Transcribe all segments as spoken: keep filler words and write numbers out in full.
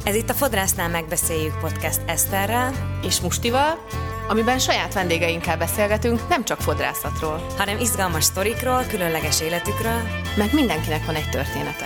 Ez itt a Fodrásznál megbeszéljük podcast Eszterrel és Mustival, amiben saját vendégeinkkel beszélgetünk nem csak fodrászatról, hanem izgalmas sztorikról, különleges életükről, meg mindenkinek van egy története.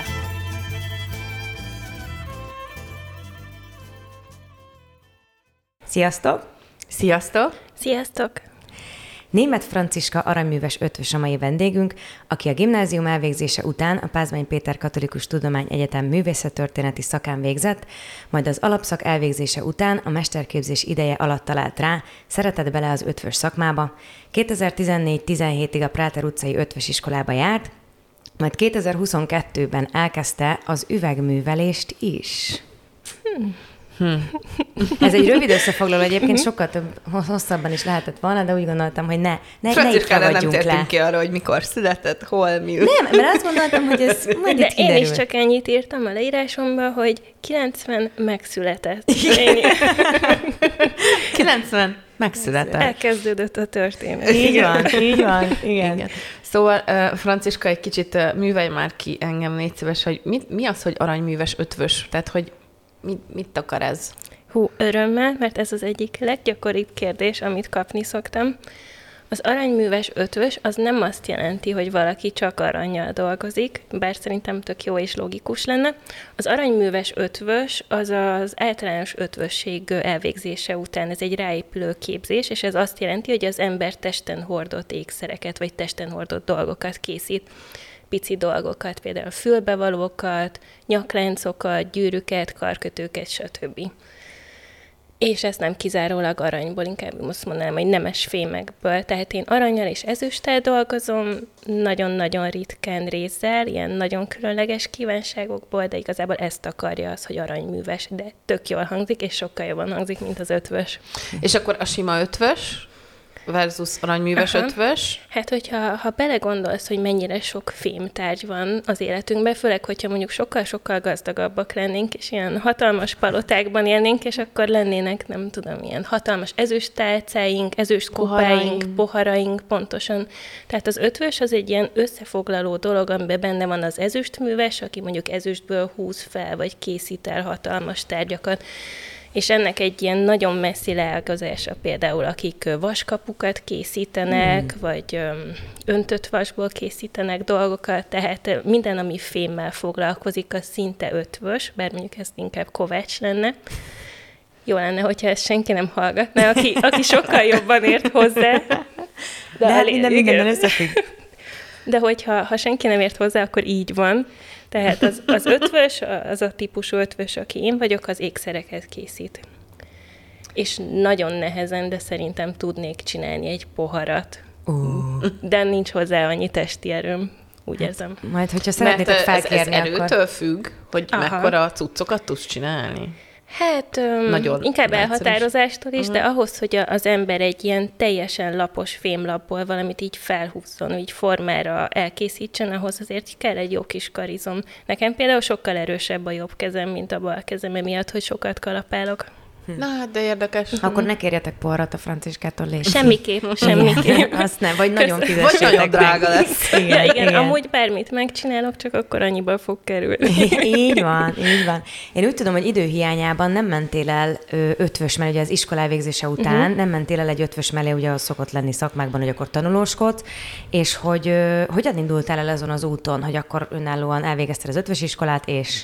Sziasztok! Sziasztok! Sziasztok! Németh Franciska aranyműves ötvös a mai vendégünk, aki a gimnázium elvégzése után a Pázmány Péter Katolikus Tudományegyetem művészettörténeti szakán végzett, majd az alapszak elvégzése után a mesterképzés ideje alatt talált rá, szeretett bele az ötvös szakmába. kétezer-tizennégy-tizenhétig a Práter utcai ötvös iskolába járt, majd kétezer-huszonkettőben elkezdte az üvegművelést is. Hmm. Hmm. Ez egy rövid összefoglaló, egyébként sokkal több, hosszabban is lehetett volna, de úgy gondoltam, hogy ne, ne, ne itt ragadjunk nem tértünk le. ki arra, hogy mikor született, hol, mi. Nem, mert azt gondoltam, hogy ez majd de itt kiderül. Én is csak ennyit írtam a leírásomban, hogy kilencven megszületett. kilencven megszületett. Elkezdődött a történet. Így van, így van, igen. igen. Szóval, uh, Franciska, egy kicsit uh, művelj már ki engem, légy szíves, hogy mit, mi az, hogy aranyműves ötvös? Tehát, hogy Mit, mit akar ez? Hú, örömmel, mert ez az egyik leggyakoribb kérdés, amit kapni szoktam. Az aranyműves ötvös az nem azt jelenti, hogy valaki csak arannyal dolgozik, bár szerintem tök jó és logikus lenne. Az aranyműves ötvös az az általános ötvösség elvégzése után, ez egy ráépülő képzés, és ez azt jelenti, hogy az ember testen hordott ékszereket, vagy testen hordott dolgokat készít. Pici dolgokat, például fülbevalókat, nyakláncokat, gyűrűket, karkötőket, stb. És ezt nem kizárólag aranyból, inkább azt mondanám, hogy nemes fémekből. Tehát én arannyal és ezüsttel dolgozom, nagyon-nagyon ritkán rézzel, ilyen nagyon különleges kívánságokból, de igazából ezt akarja az, hogy aranyműves, de tök jól hangzik, és sokkal jobban hangzik, mint az ötvös. És akkor a sima ötvös versus aranyműves Aha. ötvös. Hát, hogyha ha belegondolsz, hogy mennyire sok fémtárgy van az életünkben, főleg, hogyha mondjuk sokkal-sokkal gazdagabbak lennénk, és ilyen hatalmas palotákban élnénk, és akkor lennének, nem tudom, ilyen hatalmas ezüsttálcáink, ezüstkupáink, poharaink, pontosan. Tehát az ötvös az egy ilyen összefoglaló dolog, amiben benne van az ezüstműves, aki mondjuk ezüstből húz fel, vagy készít el hatalmas tárgyakat. És ennek egy ilyen nagyon messzi leágazása például, akik vaskapukat készítenek, mm. vagy öm, öntött vasból készítenek dolgokat, tehát minden, ami fémmel foglalkozik, az szinte ötvös, bár mondjuk ez inkább kovács lenne. Jó lenne, hogyha ezt senki nem hallgatná, aki, aki sokkal jobban ért hozzá. De, de hát minden mindennel összefügg. De hogyha ha senki nem ért hozzá, akkor így van. Tehát az, az ötvös, az a típusú ötvös, aki én vagyok, az ékszereket készít. És nagyon nehezen, de szerintem tudnék csinálni egy poharat. Uh. De nincs hozzá annyi testi erőm, úgy hát, érzem. Majd, hogyha szeretnétek felkérni, ez, ez akkor... erőtől függ, hogy Aha. mekkora cuccokat tudsz csinálni? Hát um, inkább elhatározástól is, uh-huh. de ahhoz, hogy az ember egy ilyen teljesen lapos fémlapból valamit így felhúzzon, így formára elkészítsen, ahhoz azért kell egy jó kis karizom. Nekem például sokkal erősebb a jobb kezem, mint a bal kezem, emiatt, hogy sokat kalapálok. Hm. Na hát, de érdekes. Akkor ne kérjetek poharat a Franciskától, légy. Semmiképp, semmiképp. Azt nem, vagy nagyon fizessétek. Vagy nagyon drága lesz. Igen, ja, igen, igen, amúgy bármit megcsinálok, csak akkor annyiba fog kerülni. Így van, így van. Én úgy tudom, hogy időhiányában nem mentél el ö, ötvös mellé, ugye az iskola elvégzése után, uh-huh. nem mentél el egy ötvös mellé, ugye az szokott lenni szakmákban, hogy akkor tanulóskodsz, és hogy ö, hogyan indultál el azon az úton, hogy akkor önállóan elvégezted az ötvös iskolát, és...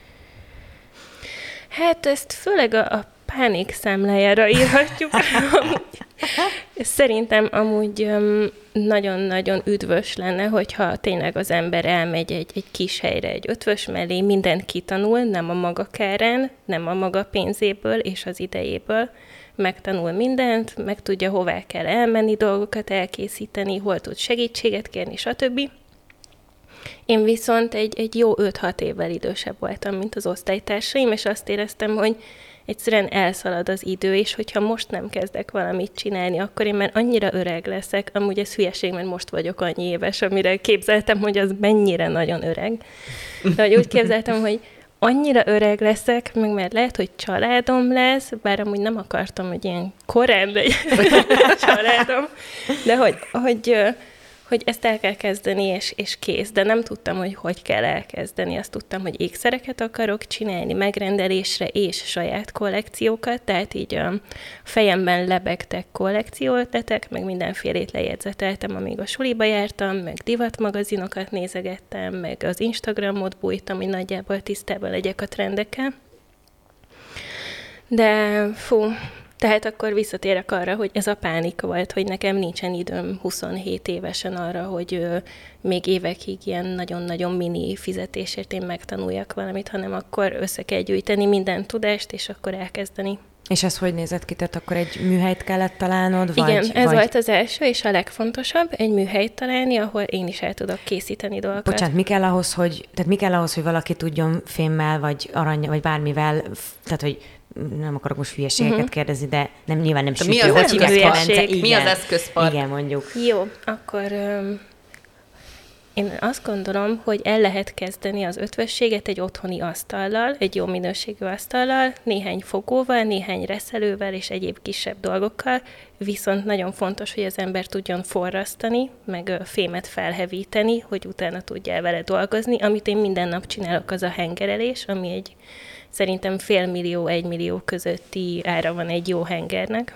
Hát ezt főleg a, a pánik számlájára írhatjuk. Szerintem amúgy nagyon-nagyon üdvös lenne, hogyha tényleg az ember elmegy egy, egy kis helyre, egy ötvös mellé, mindent kitanul, nem a maga kárán, nem a maga pénzéből és az idejéből, megtanul mindent, meg tudja, hová kell elmenni, dolgokat elkészíteni, hol tud segítséget kérni, stb. Én viszont egy, egy jó öt-hat évvel idősebb voltam, mint az osztálytársaim, és azt éreztem, hogy egyszerűen elszalad az idő, és hogyha most nem kezdek valamit csinálni, akkor én már annyira öreg leszek, amúgy ez hülyeség, mert most vagyok annyi éves, amire képzeltem, hogy az mennyire nagyon öreg. De hogy úgy képzeltem, hogy annyira öreg leszek, meg mert lehet, hogy családom lesz, bár amúgy nem akartam, hogy ilyen korán legyen családom, de hogy, hogy hogy ezt el kell kezdeni, és, és kész. De nem tudtam, hogy hogy kell elkezdeni. Azt tudtam, hogy ékszereket akarok csinálni, megrendelésre és saját kollekciókat, tehát így a fejemben lebegtek kollekcióötletek, meg mindenfélét lejegyzeteltem, amíg a suliba jártam, meg divatmagazinokat nézegettem, meg az Instagramot bújtam, hogy nagyjából tisztában legyek a trendekkel. De fú, tehát akkor visszatérek arra, hogy ez a pánik volt, hogy nekem nincsen időm huszonhét évesen arra, hogy ö, még évekig ilyen nagyon-nagyon mini fizetésért én megtanuljak valamit, hanem akkor össze kell gyűjteni minden tudást, és akkor elkezdeni. És ez hogy nézett ki? Tehát akkor egy műhelyt kellett találnod? Vagy, Igen, ez vagy... volt az első és a legfontosabb, egy műhelyt találni, ahol én is el tudok készíteni dolgokat. Bocsánat, mi kell ahhoz, hogy, tehát mi kell ahhoz, hogy valaki tudjon fémmel, vagy arany, vagy bármivel, tehát hogy nem akarok most hülyeségeket uh-huh. kérdezni, de nem, nyilván nem sütő. Mi az eszközpar? Mi az eszközpar? Igen, mondjuk. Jó, akkor um, én azt gondolom, hogy el lehet kezdeni az ötvösséget egy otthoni asztallal, egy jó minőségű asztallal, néhány fogóval, néhány reszelővel és egyéb kisebb dolgokkal, viszont nagyon fontos, hogy az ember tudjon forrasztani, meg fémet felhevíteni, hogy utána tudja vele dolgozni. Amit én minden nap csinálok, az a hengerelés, ami egy szerintem félmillió, egymillió közötti ára van egy jó hengernek.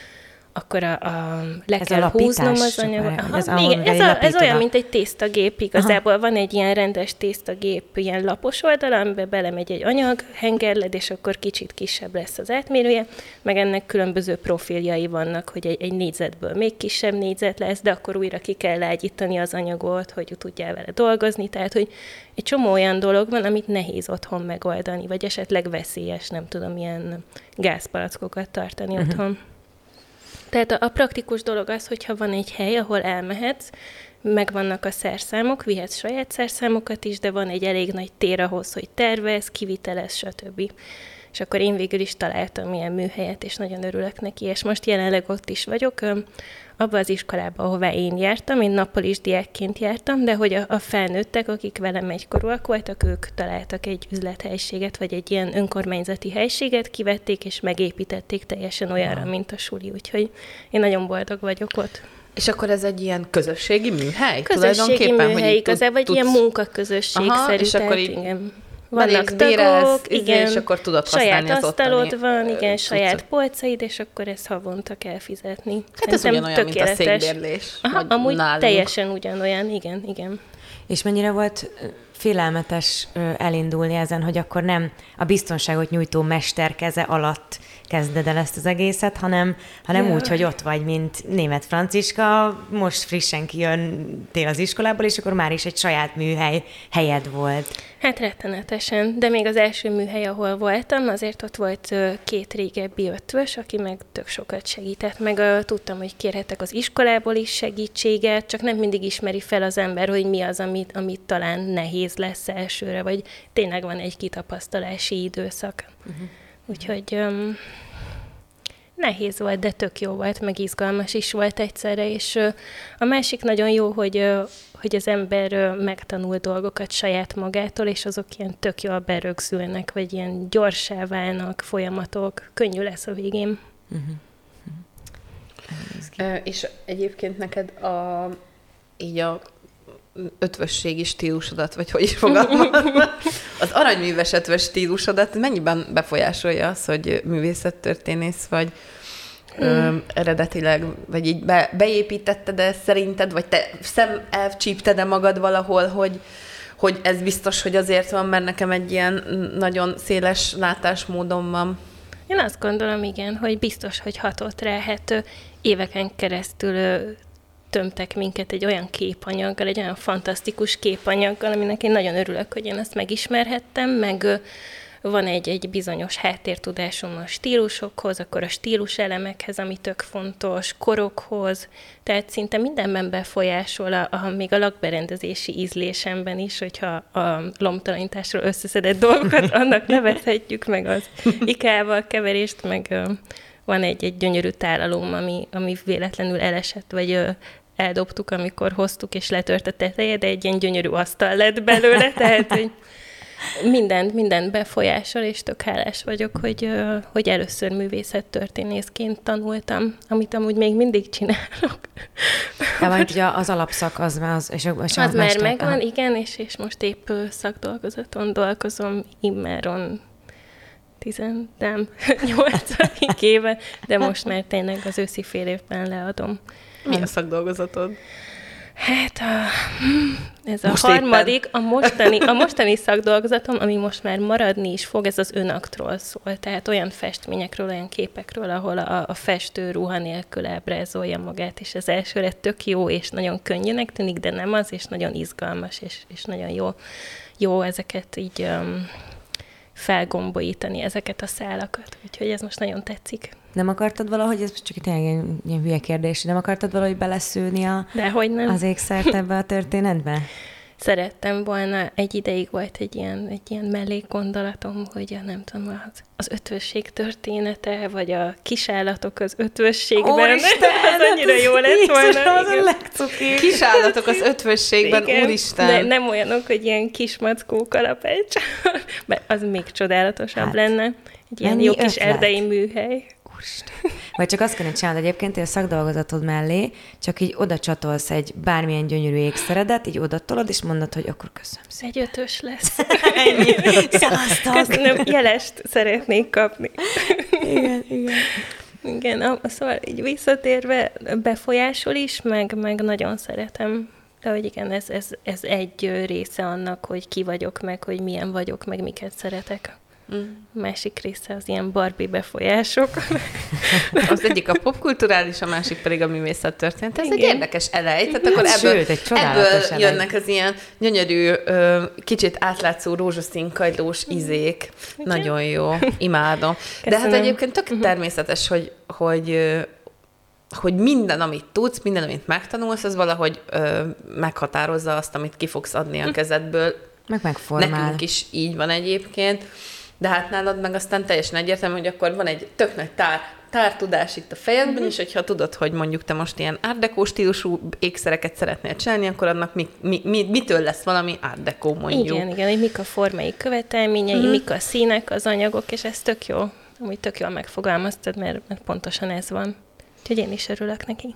Akkor a, a, le ez kell a húznom az anyagot. Aha, ez, igen, ez, a, ez olyan, mint egy tésztagép igazából. Aha. Van egy ilyen rendes tésztagép, ilyen lapos oldal, amiben belemegy egy anyag, hengerled, és akkor kicsit kisebb lesz az átmérője, meg ennek különböző profiljai vannak, hogy egy, egy négyzetből még kisebb négyzet lesz, de akkor újra ki kell lágyítani az anyagot, hogy tudjál vele dolgozni, tehát, hogy egy csomó olyan dolog van, amit nehéz otthon megoldani, vagy esetleg veszélyes, nem tudom, ilyen gázpalackokat tartani uh-huh. otthon. Tehát a, a praktikus dolog az, hogyha van egy hely, ahol elmehetsz, megvannak a szerszámok, vihetsz saját szerszámokat is, de van egy elég nagy tér ahhoz, hogy tervez, kivitelez, stb. És akkor én végül is találtam ilyen műhelyet, és nagyon örülök neki, és most jelenleg ott is vagyok. Abban az iskolában, ahová én jártam, én nappal is diákként jártam, de hogy a, a felnőttek, akik velem egykorúak voltak, ők találtak egy üzlethelységet, vagy egy ilyen önkormányzati helységet, kivették és megépítették teljesen olyanra, mint a suli, úgyhogy én nagyon boldog vagyok ott. És akkor ez egy ilyen közösségi műhely? Közösségi műhely, igazából egy ilyen munkaközösség-szerű, és akkor így igen. Vannak tagok, igen, és akkor tudod használni saját az ottani asztalod van, igen, saját polcaid, és akkor ezt havonta kell fizetni. Hát ez ugyanolyan, mint a székbérlés. Aha, amúgy nálunk. Teljesen ugyanolyan, igen, igen. És mennyire volt félelmetes elindulni ezen, hogy akkor nem a biztonságot nyújtó mester keze alatt kezded el ezt az egészet, hanem, hanem ja. úgy, hogy ott vagy, mint Németh Franciska, most frissen kijöntél az iskolából, és akkor már is egy saját műhely helyed volt. Hát rettenetesen, de még az első műhely, ahol voltam, azért ott volt két régebbi ötvös, aki meg tök sokat segített, meg uh, tudtam, hogy kérhetek az iskolából is segítséget, csak nem mindig ismeri fel az ember, hogy mi az, amit, amit talán nehéz lesz elsőre, vagy tényleg van egy kitapasztalási időszak. Uh-huh. Úgyhogy um, nehéz volt, de tök jó volt, meg izgalmas is volt egyszerre, és uh, a másik nagyon jó, hogy, uh, hogy az ember uh, megtanul dolgokat saját magától, és azok ilyen tök jól berögzülnek, vagy ilyen gyorsá válnak folyamatok, könnyű lesz a végén. Uh-huh. Uh-huh. Uh, és egyébként neked a, így a ötvösségi stílusodat, vagy hogy is fogalmazom, az aranyműves ötvös stílusodat mennyiben befolyásolja az, hogy művészettörténész vagy mm. ö, eredetileg, vagy így be, beépítetted-e szerinted, vagy te szem elcsípted-e magad valahol, hogy, hogy ez biztos, hogy azért van, mert nekem egy ilyen nagyon széles látásmódom van. Én azt gondolom, igen, hogy biztos, hogy hatott rá, hát éveken keresztül tömtek minket egy olyan képanyaggal, egy olyan fantasztikus képanyaggal, aminek én nagyon örülök, hogy én ezt megismerhettem, meg van egy, egy bizonyos háttértudásom a stílusokhoz, akkor a stílus elemekhez, ami tök fontos, korokhoz, tehát szinte mindenben befolyásol, a, a, még a lakberendezési ízlésemben is, hogyha a lombtalanításról összeszedett dolgokat, annak nevezhetjük meg az ikával keverést, meg van egy, egy gyönyörű tálalóm, ami, ami véletlenül elesett, vagy eldobtuk, amikor hoztuk, és letört a teteje, de egy ilyen gyönyörű asztal lett belőle, tehát hogy mindent, mindent befolyásol, és tök hálás vagyok, hogy, hogy először művészettörténészként tanultam, amit amúgy még mindig csinálok. De majd ugye az alapszak az már, az, és a, és a az mester, már megvan, aha. igen, és, és most épp szakdolgozaton dolgozom, immáron tizennyolcadik éve, de most már tényleg az őszi fél évben leadom. Mi a szakdolgozatod? Hát a, ez a most harmadik, a mostani, a mostani szakdolgozatom, ami most már maradni is fog, ez az önaktról szól. Tehát olyan festményekről, olyan képekről, ahol a, a festő ruha nélkül ábrázolja magát, és az elsőre tök jó, és nagyon könnyűnek tűnik, de nem az, és nagyon izgalmas, és, és nagyon jó, jó ezeket így um, felgombolítani, ezeket a szálakat. Úgyhogy ez most nagyon tetszik. Nem akartad valahogy, ez csak tényleg ilyen, ilyen hülye kérdés, nem akartad valahogy beleszülni a, Dehogy nem. az ékszert ebbe a történetbe? Szerettem volna, egy ideig volt egy ilyen, egy ilyen mellékgondolatom, hogy a, nem tudom, az, az ötvösség története, vagy a kisállatok az ötvösségben. Úristen, az annyira jó lett volna. Az a legcukibb. Kisállatok az ötvösségben, Igen, úristen! de nem olyanok, hogy ilyen kis mackó kalapács, mert az még csodálatosabb Hát, lenne. Egy ilyen mennyi jó kis ötlet. erdei műhely. Vagy csak azt kellene csinálni egyébként, hogy a szakdolgozatod mellé csak így oda csatolsz egy bármilyen gyönyörű ékszeredet, így oda tolod, és mondod, hogy akkor köszönöm szépen. Egy ötös lesz. Ennyi. Szevasztok! Köszönöm, jelest szeretnék kapni. Igen, igen. Igen, a, szóval így visszatérve befolyásol is, meg, meg nagyon szeretem. De hogy igen, ez, ez, ez egy része annak, hogy ki vagyok, meg hogy milyen vagyok, meg miket szeretek. Mm. A másik része az ilyen Barbie befolyások. Az egyik a popkulturális, a másik pedig a művészettörténet. Ez Igen. egy érdekes elej, tehát akkor Hát ebből, sőt, egy csodálatos ebből elej. jönnek az ilyen gyönyörű, ö, kicsit átlátszó rózsaszín kagylós izék. Igen. Nagyon jó, imádom. De Köszönöm. hát egyébként tök természetes, hogy, hogy ö, hogy minden, amit tudsz, minden, amit megtanulsz, az valahogy ö, meghatározza azt, amit ki fogsz adni a kezedből. Meg megformál. Nekünk is így van egyébként, de hát nálad meg aztán teljesen egyértelmű, hogy akkor van egy tök nagy tár, tártudás itt a fejedben, uh-huh. és hogyha tudod, hogy mondjuk te most ilyen art deco stílusú ékszereket szeretnél csinálni, akkor annak mi, mi, mi, mitől lesz valami art deco, mondjuk. Igen, igen, hogy mik a formai követelményei, uh-huh. mik a színek, az anyagok, és ez tök jó. Amúgy tök jól megfogalmaztad, mert, mert pontosan ez van. Úgyhogy én is örülök neki.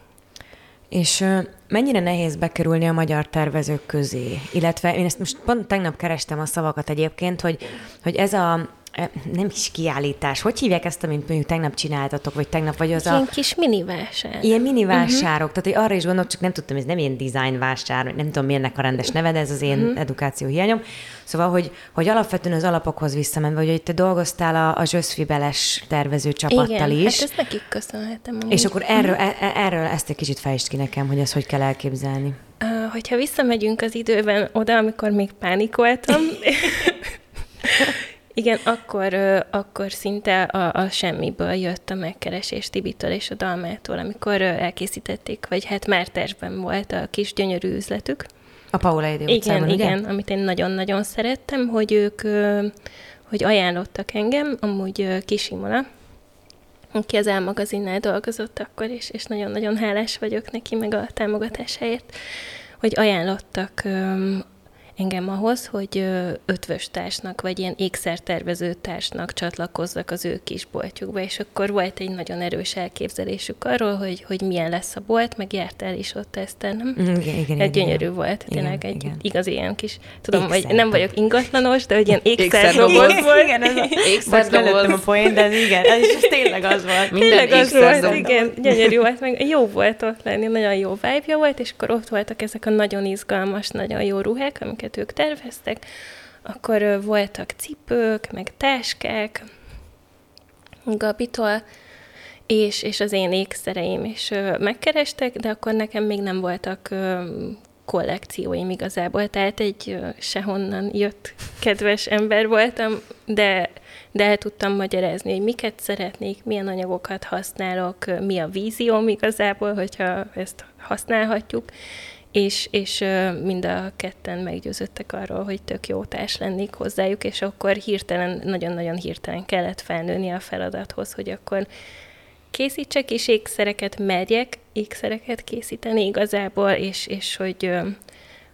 És uh, mennyire nehéz bekerülni a magyar tervezők közé? Illetve én ezt most pont tegnap kerestem a szavakat egyébként, hogy, hogy ez a nem is kiállítás. Hogy hívják ezt, amit mondjuk tegnap csináltatok, vagy tegnap, vagy az ilyen a... kis mini vásár. Ilyen mini vásárok. Uh-huh. Tehát, hogy arra is gondolok, csak nem tudtam, ez nem ilyen design vásár, nem tudom, milyennek a rendes neve, de ez az én uh-huh. edukáció hiányom. Szóval, hogy, hogy alapvetően az alapokhoz visszamenve, hogy te dolgoztál a, a Zsöszfibeles tervező csapattal Igen, is. hát ezt nekik köszönhetem. Amúgy. És akkor erről, uh-huh. erről ezt egy kicsit fejtsd ki nekem, hogy ezt hogy kell elképzelni. Uh, hogyha visszamegyünk az időben oda, amikor még pánikoltam, igen, akkor, akkor szinte a, a semmiből jött a megkeresés Tibitől és a Dalmától, amikor elkészítették, vagy hát Mártásban volt a kis gyönyörű üzletük. A Paula Édi Igen, utcában, igen, ugye? amit én nagyon-nagyon szerettem, hogy ők, hogy ajánlottak engem, amúgy Kis Imola, aki az Álmagazinnál dolgozott akkor is, és nagyon-nagyon hálás vagyok neki, meg a támogatásáért, hogy ajánlottak engem ahhoz, hogy ötvöstársnak, vagy ilyen ékszertervező társnak csatlakozzak az ő kis boltjukba, és akkor volt egy nagyon erős elképzelésük arról, hogy, hogy milyen lesz a bolt, meg jártál is ott ezt, nem? Igen, igen, igen. Egy gyönyörű igen. volt, tényleg egy igen. igazi ilyen kis, tudom, Ékszerdob. hogy nem vagyok ingatlanos, de hogy ilyen Ékszerdoboz. ékszerdoboz volt. Igen, ez a... Ékszerdoboz. a poén, de igen, ez is tényleg az volt. Minden Tényleg az volt, ékszerdoboz. igen, gyönyörű volt, meg jó volt ott lenni, nagyon jó vibe volt, és akkor ott voltak ezek a nagyon izgalmas, nagyon jó ruhák, amiket ők terveztek, akkor ö, voltak cipők, meg táskák Gabitól, és, és az én ékszereim is ö, megkerestek, de akkor nekem még nem voltak ö, kollekcióim igazából, tehát egy ö, sehonnan jött kedves ember voltam, de, de el tudtam magyarázni, hogy miket szeretnék, milyen anyagokat használok, ö, mi a vízióm igazából, hogyha ezt használhatjuk, és, és mind a ketten meggyőződtek arról, hogy tök jó társ lennék hozzájuk, és akkor hirtelen, nagyon-nagyon hirtelen kellett felnőni a feladathoz, hogy akkor készítsek is ékszereket, merjek ékszereket készíteni igazából, és, és hogy,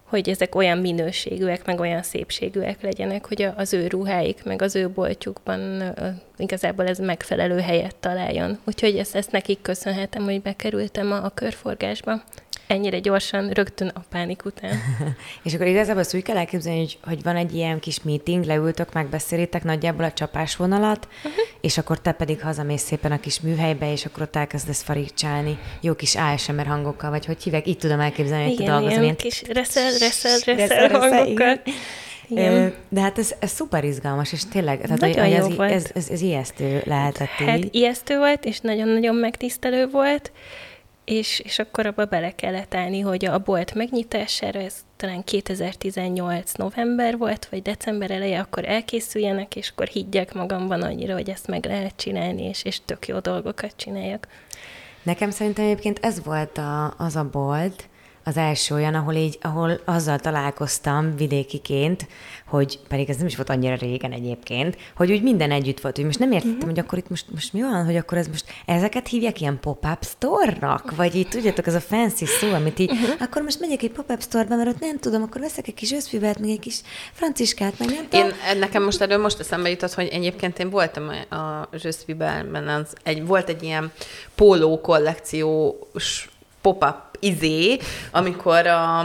hogy ezek olyan minőségűek, meg olyan szépségűek legyenek, hogy az ő ruháik, meg az ő boltjukban igazából ez megfelelő helyet találjon. Úgyhogy ezt, ezt nekik köszönhetem, hogy bekerültem a, a körforgásba. Ennyire gyorsan, rögtön a pánik után. És akkor igazából azt úgy kell elképzelni, hogy, hogy van egy ilyen kis meeting, leültök, megbeszélitek nagyjából a csapásvonalat, uh-huh. és akkor te pedig hazamész szépen a kis műhelybe, és akkor ott elkezdesz farigcsálni jó kis á es em er hangokkal, vagy hogy hívják, így tudom elképzelni, hogy igen, dolgozni. Igen, kis reszel, reszel, reszel hangokkal. Igen. De hát ez, ez szuper izgalmas, és tényleg, tehát nagyon hogy jó ez, volt. Ez, ez, ez ijesztő lehetett Hát így. ijesztő volt, és nagyon-nagyon megtisztelő volt, és, és akkor abba bele kellett állni, hogy a bolt megnyitására, ez talán kétezer-tizennyolc november volt, vagy december eleje, akkor elkészüljenek, és akkor higgyek magamban annyira, hogy ezt meg lehet csinálni, és, és tök jó dolgokat csináljak. Nekem szerintem egyébként ez volt a, az a bolt, az első olyan, ahol így, ahol azzal találkoztam vidékiként, hogy pedig ez nem is volt annyira régen egyébként, hogy úgy minden együtt volt, hogy most nem értettem, uh-huh. hogy akkor itt most, most mi van, hogy akkor ez most, ezeket hívják ilyen pop-up store-nak? Vagy így tudjátok, ez a fancy szó, amit így, uh-huh. akkor most megyek egy pop-up store-ba, mert ott nem tudom, akkor veszek egy kis összfűvelt, meg egy kis franciskát, meg nem tudom. Én, nekem most erről most eszembe jutott, hogy egyébként én voltam a Zsöszviben, egy, volt egy ilyen póló kollekciós pop-up izé, amikor a,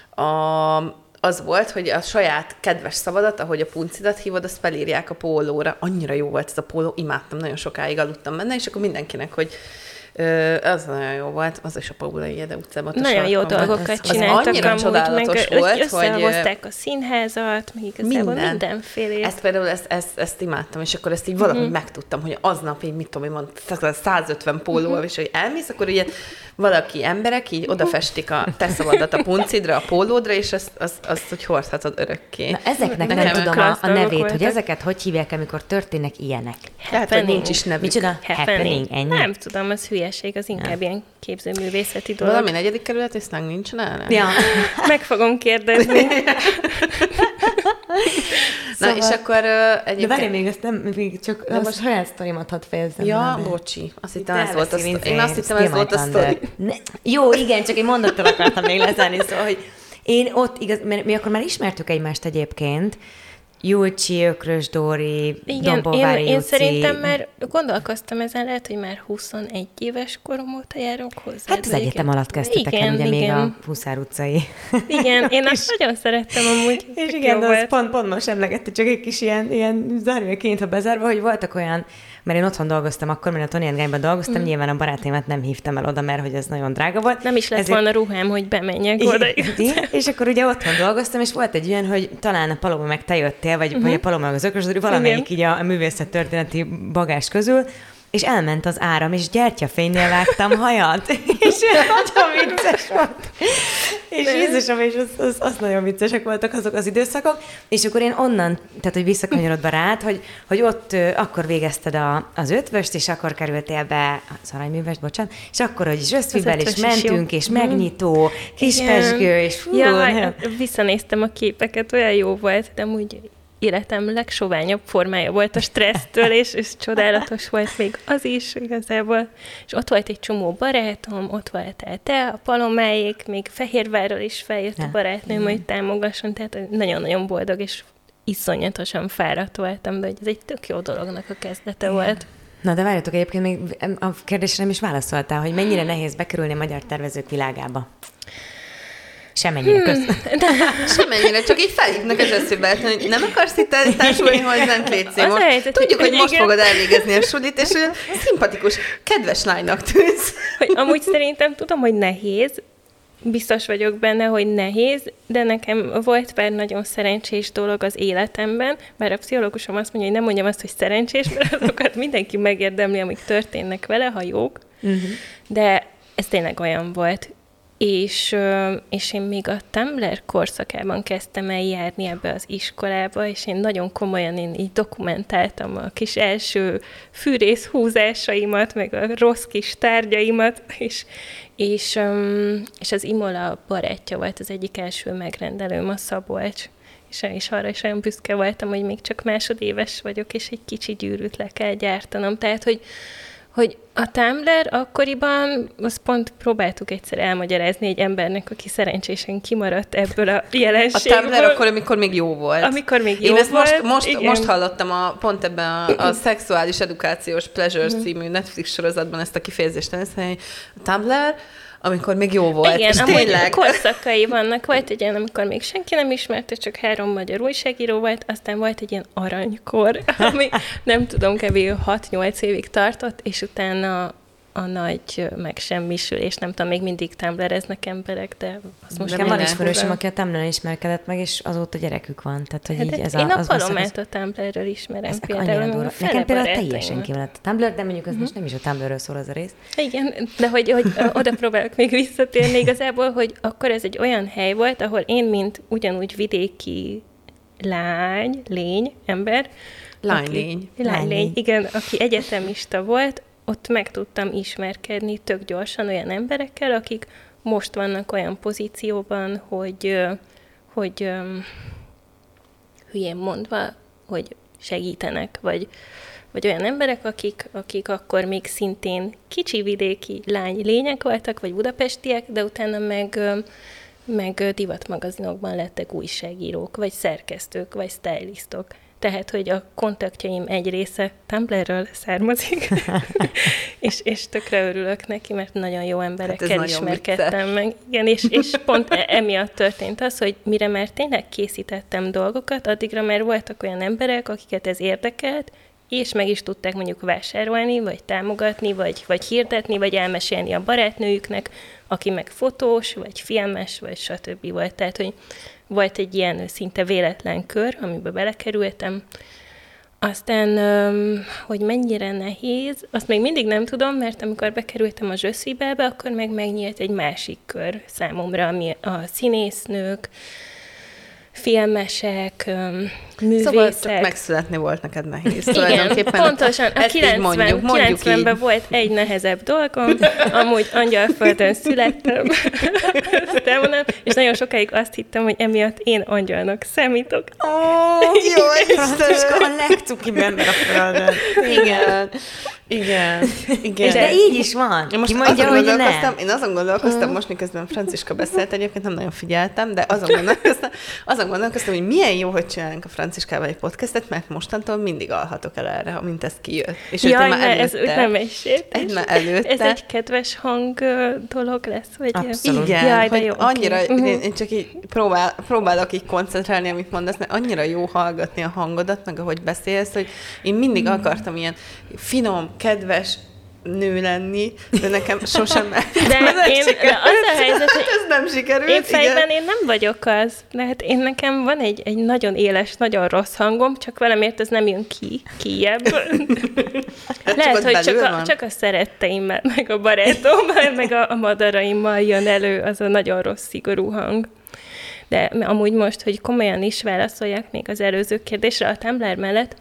a, az volt, hogy a saját kedves szavadat, ahogy a puncidat hívod, azt felírják a pólóra. Annyira jó volt ez a póló, imádtam, nagyon sokáig aludtam benne, és akkor mindenkinek, hogy ö, az nagyon jó volt, az is a Paulai Ede utcában. Nagyon jó dolgokat csináltak. Az annyira csodálatos meg, volt, hogy összehozták a színházat, meg igazából minden. mindenfélét. Ezt például, ezt, ezt, ezt imádtam, és akkor ezt így valahogy mm-hmm. megtudtam, hogy aznap így, mit tudom, hogy mond, százötven póló, mm-hmm. és hogy elmész, akkor ugye valaki, emberek így odafestik a te szavadat a puncidra, a pólódra, és azt, azt, azt hogy hordhatod örökké. Na, ezeknek nem tudom a, a nevét, voltak. Hogy ezeket hogy hívják, amikor történnek ilyenek. Tehát, hogy nincs is nevük. Micsoda? Happening. Ennyi? Nem tudom, az hülyeség, az inkább ja. ilyen képzőművészeti dolog. Valami negyedik kerület, és szláng nincs nála? Ja. Meg fogom kérdezni. Na, szóval, és akkor uh, egyébként... De várj, még ezt nem, még csak a most saját sztorimat hadd fejezzem. Ja, de... bocsi. Azt hittem, ez volt a sztori. Én azt hittem, ez volt a sztori. Jó, igen, csak egy mondattal akartam még lezárni, szóval, hogy én ott, igaz, mert mi akkor már ismertük egymást egyébként, Julcsi, Ökrös Dóri, Dombóvári én, én szerintem már gondolkoztam ezen, lehet, hogy már huszonegy éves korom óta járok hozzá. Hát az egyetem alatt kezdtetek el, ugye igen. még a Huszár utcai. Igen, én azt nagyon szerettem amúgy. És igen, de az pont, pont most emlegette, csak egy kis ilyen, ilyen zárvélként, ha bezárva, hogy voltak olyan, mert én otthon dolgoztam akkor, mert a Tony and Guy-ban dolgoztam, mm. nyilván a barátémat nem hívtam el oda, mert hogy ez nagyon drága volt. Nem is lett ezért... volna ruhám, hogy bemenjek oda. És akkor ugye otthon dolgoztam, és volt egy olyan, hogy talán a Paloma meg te jöttél, vagy, uh-huh. vagy a Paloma meg az Ökrös Dóri, valamelyik így a, a művészettörténeti bagás közül, és elment az áram, és gyertyafénynél vágtam hajat, és nagyon vicces volt. És Jézusom, és az, az, az nagyon viccesek voltak azok az időszakok, és akkor én onnan, tehát hogy visszakanyarodva rád, hogy, hogy ott ö, akkor végezted a, az ötvöst, és akkor kerültél be az aranyművest, bocsánat, és akkor, hogy Zsöszvivel is mentünk, és megnyitó, kispesgő, és fú, ja, nagyon... visszanéztem a képeket, olyan jó volt, de úgy életem legsoványabb formája volt a stressztől, és, és csodálatos volt még az is igazából. És ott volt egy csomó barátom, ott voltál te, a Palomáék, még Fehérvárról is feljött a barátnőm, hogy támogasson, tehát nagyon-nagyon boldog, és iszonyatosan fáradt voltam, de hogy ez egy tök jó dolognak a kezdete volt. Na, de várjatok, egyébként még a kérdésre nem is válaszoltál, hogy mennyire nehéz bekerülni a magyar tervezők világába. Semennyire, köszönöm. Hmm. Semennyire, csak így felhívnak az eszébe, hogy nem akarsz itt társulni hozzánk, légy szíves. Tudjuk, hogy most igen. fogod elvégezni a sulit, és szimpatikus, kedves lánynak tűnsz. Hogy amúgy szerintem tudom, hogy nehéz, biztos vagyok benne, hogy nehéz, de nekem volt pár nagyon szerencsés dolog az életemben, bár a pszichológusom azt mondja, hogy nem mondjam azt, hogy szerencsés, mert azokat mindenki megérdemli, amik történnek vele, ha jók, uh-huh. de ez tényleg olyan volt. És, és én még a Tumblr korszakában kezdtem el járni ebbe az iskolába, és én nagyon komolyan én így dokumentáltam a kis első fűrész húzásaimat, meg a rossz kis tárgyaimat, és, és, és az Imola barátja volt az egyik első megrendelőm, a Szabolcs. És, és arra is olyan büszke voltam, hogy még csak másodéves vagyok, és egy kicsi gyűrűt le kell gyártanom. Tehát, hogy hogy a Tumblr akkoriban, azt pont próbáltuk egyszer elmagyarázni egy embernek, aki szerencsésen kimaradt ebből a jelenségből. A Tumblr akkor, amikor még jó volt. Amikor még jó Én ezt volt, most, most, most hallottam a, pont ebben a, a Szexuális Edukációs Pleasures című Netflix sorozatban ezt a kifejezést, hogy a Tumblr, amikor még jó volt. Igen, és amúgy tényleg... korszakai vannak. Volt egy ilyen, amikor még senki nem ismerte, csak három magyar újságíró volt, aztán volt egy ilyen aranykor, ami nem tudom, kb. hat-nyolc évig tartott, és utána a nagy megsemmisülés, nem tudom, még mindig tumblereznek emberek, de az most nekem van ismerősöm, aki a Tumblr-en ismerkedett meg, és azóta gyerekük van. Tehát, hogy hát így ez én a, a Palomát a Tumblr-ről ismerem ez például. Nekem például teljesen kiválott a Tumblr, de mondjuk ez uh-huh. most nem is a Tumblr-ről szól az a rész. Igen, de hogy, hogy oda próbálok még visszatérni igazából, hogy akkor ez egy olyan hely volt, ahol én, mint ugyanúgy vidéki lány, lény, ember, Lánylény. Lánylény, igen, aki egyetemista volt, ott meg tudtam ismerkedni tök gyorsan olyan emberekkel, akik most vannak olyan pozícióban, hogy, hogy hülyén mondva, hogy segítenek, vagy, vagy olyan emberek, akik, akik akkor még szintén kicsi vidéki lány lények voltak, vagy budapestiek, de utána meg, meg divatmagazinokban lettek újságírók, vagy szerkesztők, vagy stylistok. Tehát, hogy a kontaktjaim egy része Tumblrről származik, és, és tökre örülök neki, mert nagyon jó emberekkel hát ismerkedtem meg. Igen, és, és pont emiatt történt az, hogy mire már tényleg készítettem dolgokat, addigra már voltak olyan emberek, akiket ez érdekelt, és meg is tudták mondjuk vásárolni, vagy támogatni, vagy, vagy hirdetni, vagy elmesélni a barátnőjüknek, aki meg fotós, vagy filmes, vagy stb. Volt. Tehát, hogy volt egy ilyen szinte véletlen kör, amiben belekerültem. Aztán, hogy mennyire nehéz, azt még mindig nem tudom, mert amikor bekerültem a Zsöszvibelbe, akkor meg megnyílt egy másik kör számomra, ami a színésznők, filmesek, művészek. Szóval csak megszületni volt neked nehéz. Igen, pontosan. A kilencvenben volt egy nehezebb dolgom, amúgy Angyalföldön születtem, és nagyon sokáig azt hittem, hogy emiatt én angyalnak számítok. Ó, oh, jó, Istenem, a legcukibb ember a földön. Igen. Igen, igen. De így is van. Most ki mondja, hogy nem. Én azon gondolkoztam, most miközben Franciska beszélt, egyébként nem nagyon figyeltem, de azon gondolkoztam, azon gondolkoztam, hogy milyen jó, hogy csinálunk a Franciskával egy podcastet, mert mostantól mindig alhatok el erre, amint ez kijött. És jaj, már előtte, ez nem egy sértés. Egy már előtte. Ez egy kedves hang dolog lesz, vagy... Abszolút. Igen, jaj, hogy jó, annyira, okay. én, én csak így próbál, próbálok így koncentrálni, amit mondasz, mert annyira jó hallgatni a hangodat, meg ahogy beszélsz, hogy én mindig mm. akartam ilyen finom, kedves nő lenni, de nekem sosem de nem én, sikerült. De az a helyzet, hogy ez nem sikerült. Én fejben én nem vagyok az. Mert én nekem van egy, egy nagyon éles, nagyon rossz hangom, csak valamiért ez nem jön ki, kijebb. Hát lehet, hogy csak a, csak a szeretteimmel, meg a barátommal, meg a, a madaraimmal jön elő az a nagyon rossz, szigorú hang. De amúgy most, hogy komolyan is válaszoljak még az előző kérdésre a Tumblr mellett,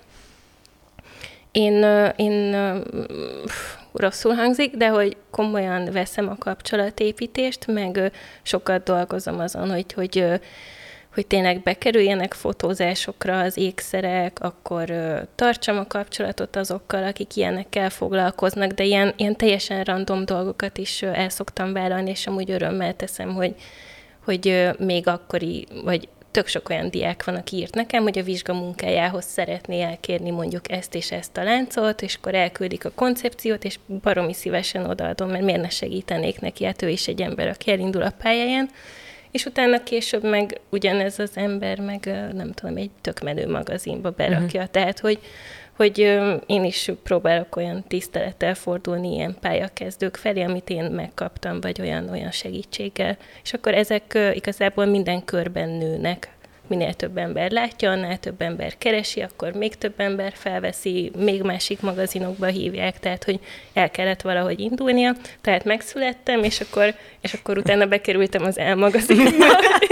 én, én rosszul hangzik, de hogy komolyan veszem a kapcsolatépítést, meg sokat dolgozom azon, hogy, hogy, hogy tényleg bekerüljenek fotózásokra az ékszerek, akkor tartsam a kapcsolatot azokkal, akik ilyenekkel foglalkoznak, de ilyen, ilyen teljesen random dolgokat is el szoktam vállalni, és amúgy örömmel teszem, hogy, hogy még akkori, vagy tök sok olyan diák van, aki írt nekem, hogy a vizsgamunkájához szeretné elkérni mondjuk ezt és ezt a láncot, és akkor elküldik a koncepciót, és baromi szívesen odaadom, mert miért ne segítenék neki, hát ő is egy ember, aki elindul a pályáján, és utána később meg ugyanez az ember meg, nem tudom, egy tök menő magazinba berakja. Uh-huh. Tehát, hogy, hogy én is próbálok olyan tisztelettel fordulni ilyen pályakezdők felé, amit én megkaptam, vagy olyan, olyan segítséggel. És akkor ezek igazából minden körben nőnek. Minél több ember látja, annál több ember keresi, akkor még több ember felveszi, még másik magazinokba hívják, tehát hogy el kellett valahogy indulnia. Tehát megszülettem, és akkor, és akkor utána bekerültem az El magazinba.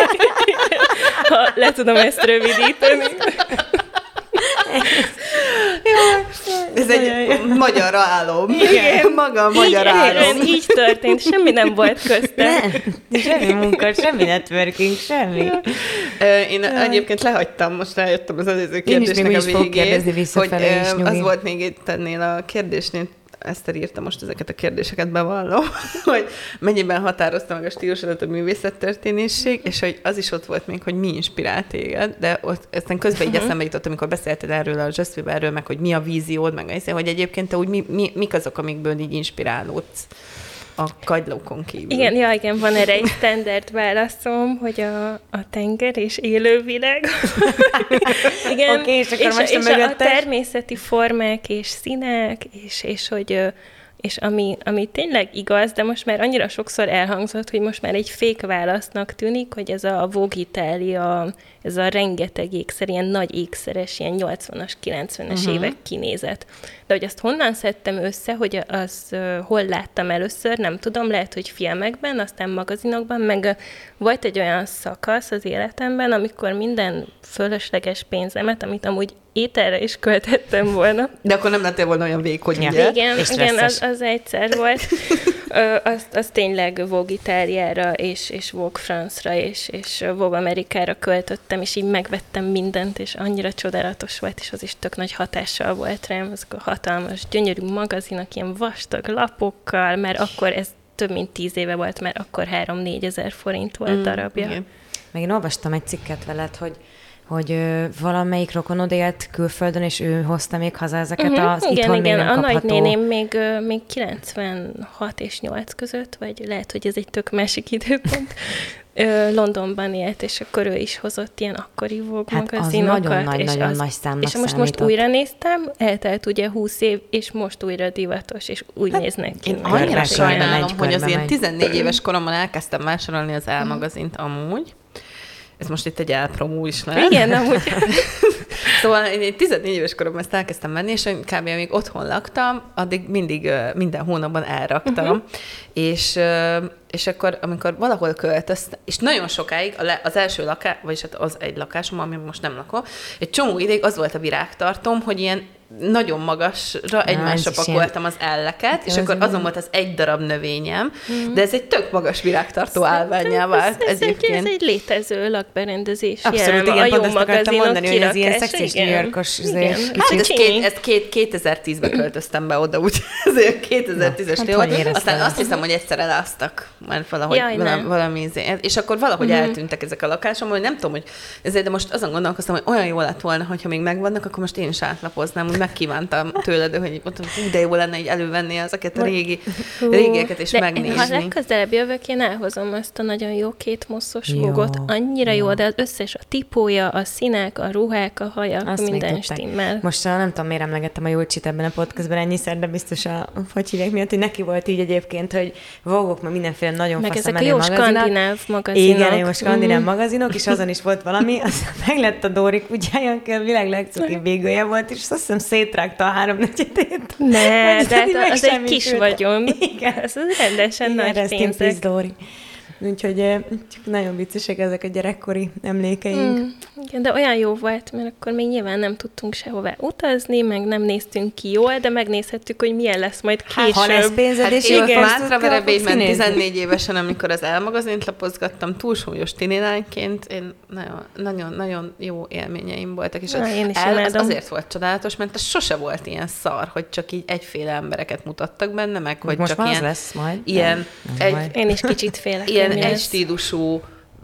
Ha le tudom ezt rövidíteni. Ez egy magyar álom. Igen, maga a magyar így, álom. Így történt, semmi nem volt köztem. Nem, semmi munka, semmi networking, semmi. Én egyébként lehagytam, most rájöttem az előző kérdésnek a végén, hogy az volt még itt ennél a kérdésnél, Eszter írta most ezeket a kérdéseket, bevallom, hogy mennyiben határozta meg a stílusodat a művészettörténészség, és hogy az is ott volt még, hogy mi inspirált téged, de ott aztán közben így eszembe jutott, amikor beszélted erről a Zsöszviberről, meg hogy mi a víziód, meg az, hogy egyébként te úgy mi, mi, mik azok, amikből így inspirálódsz a kagylókon kívül. Igen, ja, igen, van erre egy standard válaszom, hogy a, a tenger és élővilág. Igen, okay, és, akkor és, most és a, a természeti formák és színek, és, és hogy és ami, ami tényleg igaz, de most már annyira sokszor elhangzott, hogy most már egy fake válasznak tűnik, hogy ez a Vogue Italia, ez a rengeteg ékszer, ilyen nagy ékszeres, ilyen nyolcvanas, kilencvenes uh-huh. évek kinézet. De hogy azt honnan szedtem össze, hogy az uh, hol láttam először, nem tudom, lehet, hogy filmekben, aztán magazinokban, meg uh, volt egy olyan szakasz az életemben, amikor minden fölösleges pénzemet, amit amúgy ételre is költettem volna. De akkor nem lettél volna olyan vékony, ja. ugye? Igen, igen az, az egyszer volt. Ö, az, az tényleg Vogue Itáliára, és, és Vogue France-ra, és, és Vogue Amerikára költöttem, és így megvettem mindent, és annyira csodálatos volt, és az is tök nagy hatással volt rám, azok a hatalmas, gyönyörű magazinok, ilyen vastag lapokkal, mert akkor ez több mint tíz éve volt, mert akkor három-négy ezer forint volt mm, darabja. Igen. Meg én olvastam egy cikket veled, hogy hogy ö, valamelyik rokonod élt külföldön, és ő hozta még haza ezeket uh-huh. az igen, itthon igen. még nem a kapható... nagynéném még, még kilencvenhat és nyolc között, vagy lehet, hogy ez egy tök másik időpont, Londonban élt, és akkor ő is hozott ilyen akkori Vogue hát magazinokat. Az nagyon nagy, és nagyon az, nagy számnak És most, számított. most újra néztem, eltelt ugye húsz év, és most újra divatos, és úgy hát néznek ki. Én annyira sajnálom, megy, hogy az ilyen megy. tizennégy éves koromban elkezdtem vásárolni az Elle magazint amúgy. Ez most itt egy elpromó is lehet. Igen, amúgy. Szóval én tizennégy éves koromban ezt elkezdtem venni, és kb. Amíg otthon laktam, addig mindig minden hónapban elraktam. Uh-huh. És, és akkor, amikor valahol költöztem, és nagyon sokáig az első lakás, vagyis hát az egy lakásom, ami most nem lakom, egy csomó ideig az volt a virágtartom, hogy ilyen nagyon magasra egymásra Na, pakoltam az elleket, és akkor azon volt az egy darab növényem, mm. de ez egy tök magas virágtartó állványá vált ez, ez egyébként. Ez egy létező lakberendezés. Abszolút, igen, pont ezt akartam mondani, hogy ez ilyen szexis New Yorkos kicsit. Hát ezt, két, ezt két, kétezer-tízben költöztem be oda, úgy ezért kétezer-tízes hát tél. Aztán azt hiszem, hogy egyszer eláztak, mert valahogy Jaj, valami, valami és akkor valahogy mm-hmm. eltűntek ezek a lakásom, hogy nem tudom, hogy ezért, de most azon gondolkoztam, hogy olyan jó lett volna, hogyha még megvannak, akkor most én is átlapoznám, úgy megkívántam tőled, hogy mondtam, de jó lenne így elővenni ezeket a régi, régieket és de megnézni. Ha legközelebb jövök, én elhozom azt a nagyon jó két moszos Vogue-ot. Annyira jó. jó, de az összes, a tipója, a színek, a ruhák, a hajak, azt minden stimmel. Most nem tudom, miért emlegettem a Júlcsit ebben a podcastben ennyiszer, de biztos a, hogy hívják miatt, hogy neki volt így egyébként, hogy Vogue-ok, meg mindenféle nagyon meg fasz ezek a jó skandináv magazinok. Igen, jó skandináv mm. magazinok, és azon is volt valami, aztán meglett a Dóri kutyája, aki a világ legcukibb végője volt, és azt hiszem szétrágta a háromnegyedét. Ne, de hát az egy kis ült. Vagyon. Igen. Ez az rendesen igen, nagy pénzek. Dóri. Úgyhogy nagyon viccesek ezek a gyerekkori emlékeink. Mm, igen, de olyan jó volt, mert akkor még nyilván nem tudtunk sehová utazni, meg nem néztünk ki jól, de megnézhettük, hogy milyen lesz majd később. Ha lesz pénzed, és hát igen, Mátraverebélyben tizennégy évesen, amikor az Elle magazint lapozgattam, túlsúlyos tinilányként, én nagyon, nagyon, nagyon jó élményeim voltak. És Na, én is El, az azért volt csodálatos, mert az sose volt ilyen szar, hogy csak így egyféle embereket mutattak benne, meg hogy most csak ilyen, lesz majd. ilyen egy, én is kicsit félek. Ilyen egy stílusú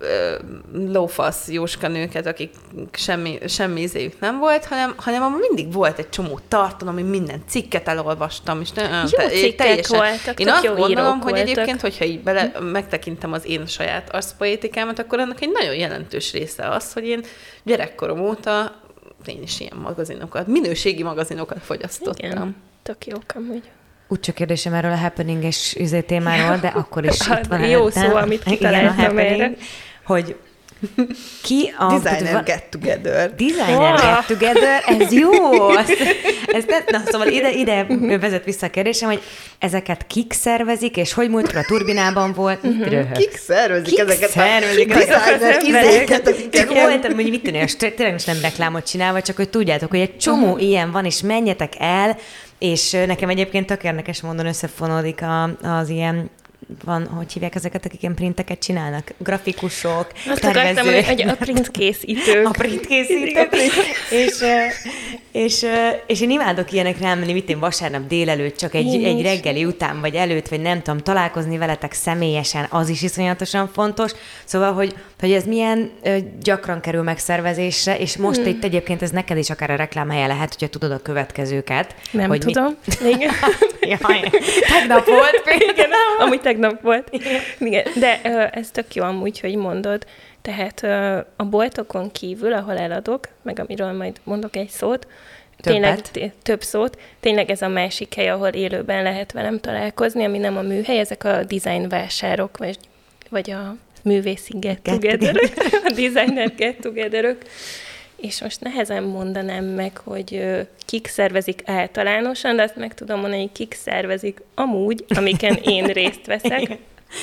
lófasz jóska nőket, akik semmi, semmi ízéjük nem volt, hanem, hanem abban mindig volt egy csomó tartalom, ami minden cikket elolvastam, és nagyon jó te, cikkek teljesen, voltak, én azt jó gondolom, hogy voltak. Egyébként, hogyha így bele, megtekintem az én saját arszpoétikámat, akkor annak egy nagyon jelentős része az, hogy én gyerekkorom óta én is ilyen magazinokat, minőségi magazinokat fogyasztottam. Igen, tök jók amúgy. Úgy csak kérdésem erről a happening és üzé témáról, de akkor is itt van. Jó szó, amit kitaláltam erre. Hogy ki a... Designer get together. Designer oh. get together, ez jó! Ez, ez ne, na, szóval ide, ide vezet vissza a kérdésem, hogy ezeket kik szervezik, és hogy múltkor a Turbinában volt? Mm-hmm. Kik szervezik kik ezeket szervezik a designer izéket, akiket voltam, hogy mit tenni, tényleg most nem reklámot csinálva, csak hogy tudjátok, hogy egy csomó uh-huh. ilyen van, és menjetek el, és nekem egyébként tök érdekes módon összefonódik a, az ilyen, van, hogy hívják ezeket, akik ilyen printeket csinálnak? Grafikusok, azt tervezők. Azt akartam, hogy a printkészítők. A printkészítők. és, És, és én imádok ilyenekre elmenni, mit én vasárnap délelőtt, csak egy, egy reggeli után, vagy előtt, vagy nem tudom, találkozni veletek személyesen, az is iszonyatosan fontos. Szóval, hogy, hogy ez milyen ö, gyakran kerül megszervezésre, és most hmm. itt egyébként ez neked is akár a reklámhelye lehet, hogyha tudod a következőket. Nem hogy tudom. Mi... Igen. Jaj, tegnap volt. Igen, amúgy tegnap volt. Igen. Igen. De ö, ez tök jó amúgy, hogy mondod. Tehát a boltokon kívül, ahol eladok, meg amiről majd mondok egy szót, tényleg t- több szót, tényleg ez a másik hely, ahol élőben lehet velem találkozni, ami nem a műhely, ezek a design vásárok, vagy, vagy a művészi get-togetherök, a designer get-togetherök. És most nehezen mondanám meg, hogy kik szervezik általánosan, de azt meg tudom mondani, hogy kik szervezik amúgy, amiken én részt veszek.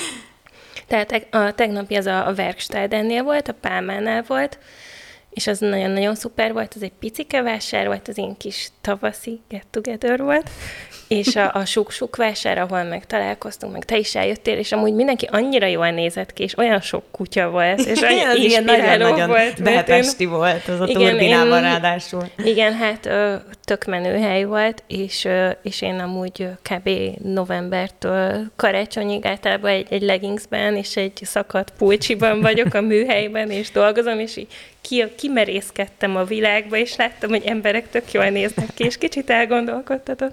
Tehát a tegnapi az a, a Werkstadennél volt, a Pálmánál volt, és az nagyon-nagyon szuper volt, az egy picike vásár volt, az én kis tavaszi get-together volt, és a, a suk-suk vásár, ahol meg találkoztunk, meg te is eljöttél, és amúgy mindenki annyira jól nézett ki, és olyan sok kutya volt, és olyan inspiráló volt. Belpesti én... volt, az a igen, turbinában én... ráadásul. Igen, hát tök menő hely volt, és, és én amúgy kb. Novembertől karácsonyig általában egy, egy leggingsben és egy szakadt pulcsiban vagyok a műhelyben, és dolgozom, és így ki, kimerészkedtem a világba, és láttam, hogy emberek tök jól néznek ki, és kicsit elgondolkodtatott.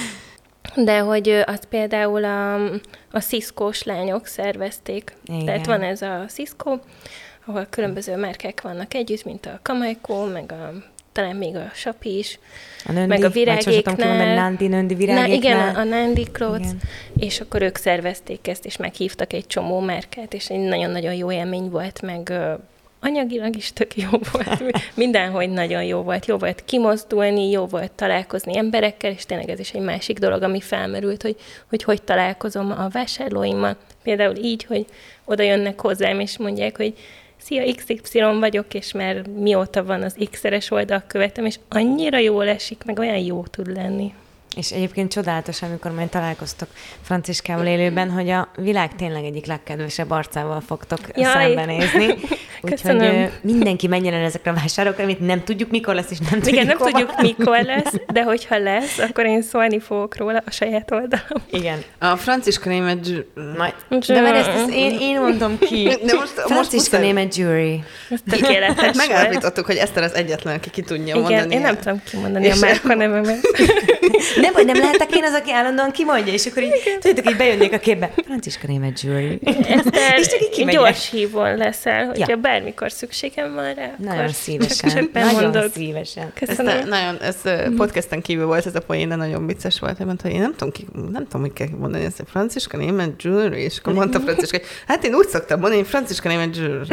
De hogy azt például a, a Cisco-s lányok szervezték. Igen. Tehát van ez a Cisco, ahol különböző márkák vannak együtt, mint a Kamajko, meg a, talán még a Sapi is, a Nöndi, meg a Virágéknál. A Nandi, Nöndi Virágéknál. Na, igen, a Nandi Clothes, és akkor ők szervezték ezt, és meghívtak egy csomó márkát, és egy nagyon-nagyon jó élmény volt, meg anyagilag is tök jó volt. Mindenhogy nagyon jó volt. Jó volt kimozdulni, jó volt találkozni emberekkel, és tényleg ez is egy másik dolog, ami felmerült, hogy hogy, hogy találkozom a vásárlóimmal. Például így, hogy oda jönnek hozzám, és mondják, hogy szia, iksz iksz ipszilon vagyok, és már mióta van az X-szeres oldal követem, és annyira jól esik, meg olyan jó tud lenni. És egyébként csodálatos, amikor majd találkoztok Franciskával élőben, hogy a világ tényleg egyik legkedvesebb arcával fogtok Jaj. szembenézni. Úgyhogy mindenki menjen el ezekre a vásárokra, amit nem tudjuk, mikor lesz, és nem tudjuk Igen, nem hova. tudjuk, mikor lesz, de hogyha lesz, akkor én szólni fogok róla a saját oldalam. Igen. A Franciska német... Majd. De mert ezt, ezt én, én mondom ki. De most, Franciska német jury. Ez tökéletes. Megállapítottuk, hogy Eszter az egyetlen, aki ki tudja Igen, mondani. Igen, én nem tudom kimondani a márka nevemet. Nem, vagy nem lehetek én az, aki állandóan kimondja, és akkor így, tudjátok, így bejönnék a képbe. Franciska német jury. És csak így kimegyek. Gyors hívón leszel, hogyha ja. bármikor szükségem van rá. Nagyon szívesen. Nagyon mondod. szívesen. Köszönöm. Ezt, nagyon, ez podcasten kívül volt ez a poén, de nagyon vicces volt. Hogy mondta, hogy én nem tudom, ki, nem tudom, hogy kell mondani ezt, hogy Franciska német jury, és akkor mondta Franciska, hogy hát én úgy szoktam mondani, hogy Franciska német jury.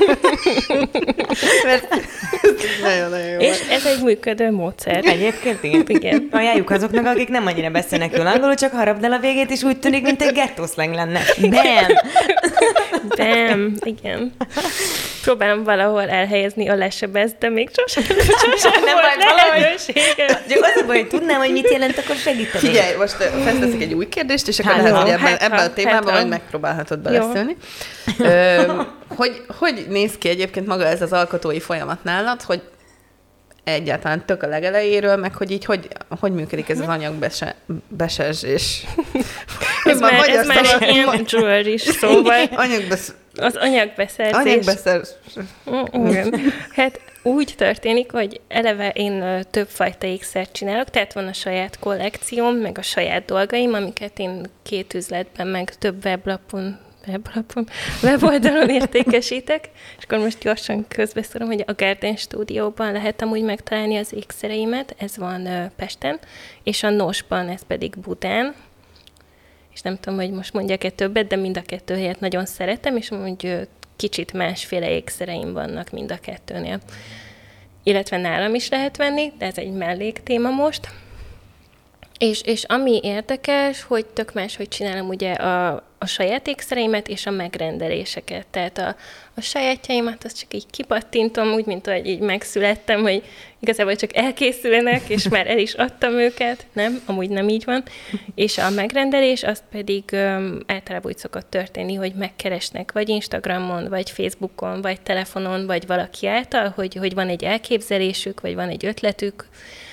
Mert nagyon-nagyon jó. És ez egy működő módszer. Egyébként igen. igen. Ajánljuk azoknak, akik nem annyira beszélnek jól angolul, csak harapd el a végét, és úgy tűnik, mint egy gettószleng lenne. Bam! Bam! Igen. Próbálom valahol elhelyezni a lesebezt, de még sosem, sosem nem volt lehetőségem. Csak az a baj, hogy tudnám, hogy mit jelent, akkor segítenék. Figyelj, most felteszek egy új kérdést, és akkor hát, lehet, hogy ebben, hát, ebben a témában majd megpróbálhatod beleszélni. Ö, hogy, hogy néz ki egyébként maga ez az alkotói folyamat nálad, hogy egyáltalán tök a legelejéről, meg hogy így hogy, hogy működik ez az anyagbesezés. Ez már, ez már egy ilyen jewelry szóval. Anyagbesz... Az anyagbeszerzés. Anyagbeszerzés. Hát úgy történik, hogy eleve én többfajta ékszert csinálok, tehát van a saját kollekcióm, meg a saját dolgaim, amiket én két üzletben, meg több weblapon weblapon, weboldalon értékesítek, és akkor most gyorsan közbeszólom, hogy a Garden Studio-ban lehet amúgy megtalálni az ékszereimet, ez van uh, Pesten, és a Nosban, ez pedig Budán, és nem tudom, hogy most mondjak-e többet, de mind a kettő helyet nagyon szeretem, és amúgy uh, kicsit másféle ékszereim vannak mind a kettőnél. Illetve nálam is lehet venni, de ez egy melléktéma most. És, és ami érdekes, hogy tök máshogy csinálom ugye a, a saját ékszereimet és a megrendeléseket. Tehát a, a sajátjaimat azt csak így kipattintom, úgy, mint ahogy így megszülettem, hogy igazából csak elkészülnek, és már el is adtam őket. Nem, amúgy nem így van. És a megrendelés azt pedig um, általában úgy szokott történni, hogy megkeresnek vagy Instagramon, vagy Facebookon, vagy telefonon, vagy valaki által, hogy, hogy van egy elképzelésük, vagy van egy ötletük,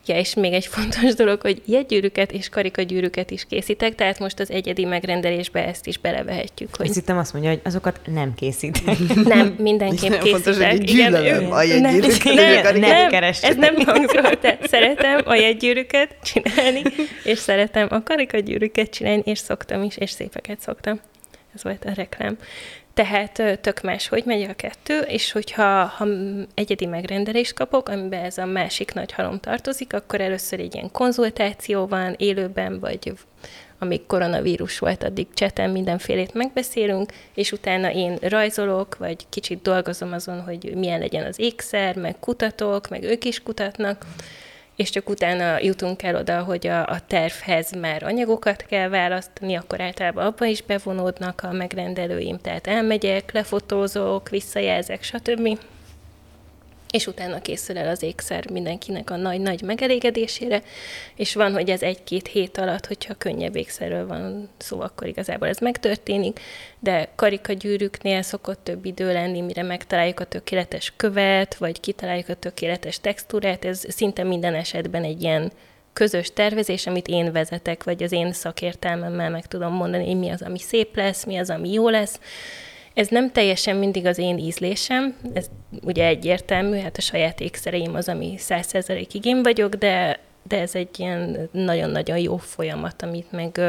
Ja, és még egy fontos dolog, hogy jegygyűrűket és karikagyűrűket is készítek, tehát most az egyedi megrendelésbe ezt is belevehetjük. Hogy... Ezt hittem azt mondja, hogy azokat nem készítek. Nem, mindenképp készítek. Fontos, hogy gyűlölöm a jegygyűrűket. Nem, nem, nem, nem ez nem hangzott. Tehát szeretem a jegygyűrűket csinálni, és szeretem a karikagyűrűket csinálni, és szoktam is, és szépeket szoktam. Ez volt a reklám. Tehát tök más, hogy megy a kettő, és hogyha ha egyedi megrendelést kapok, amiben ez a másik nagy halom tartozik, akkor először egy ilyen konzultáció van, élőben, vagy amíg koronavírus volt, addig chaten mindenfélét megbeszélünk, és utána én rajzolok, vagy kicsit dolgozom azon, hogy milyen legyen az ékszer, meg kutatok, meg ők is kutatnak, és csak utána jutunk el oda, hogy a, a tervhez már anyagokat kell választani, akkor általában abba is bevonódnak a megrendelőim, tehát elmegyek, lefotózok, visszajelzek, stb. És utána készül el az ékszer mindenkinek a nagy-nagy megelégedésére, és van, hogy ez egy-két hét alatt, hogyha könnyebb ékszerről van szó, akkor igazából ez megtörténik, de karikagyűrűknél szokott több idő lenni, mire megtaláljuk a tökéletes követ, vagy kitaláljuk a tökéletes textúrát, ez szinte minden esetben egy ilyen közös tervezés, amit én vezetek, vagy az én szakértelmemmel meg tudom mondani, hogy mi az, ami szép lesz, mi az, ami jó lesz. Ez nem teljesen mindig az én ízlésem, ez ugye egyértelmű, hát a saját ékszereim az, ami száz százalékig én vagyok, de, de ez egy ilyen nagyon-nagyon jó folyamat, amit meg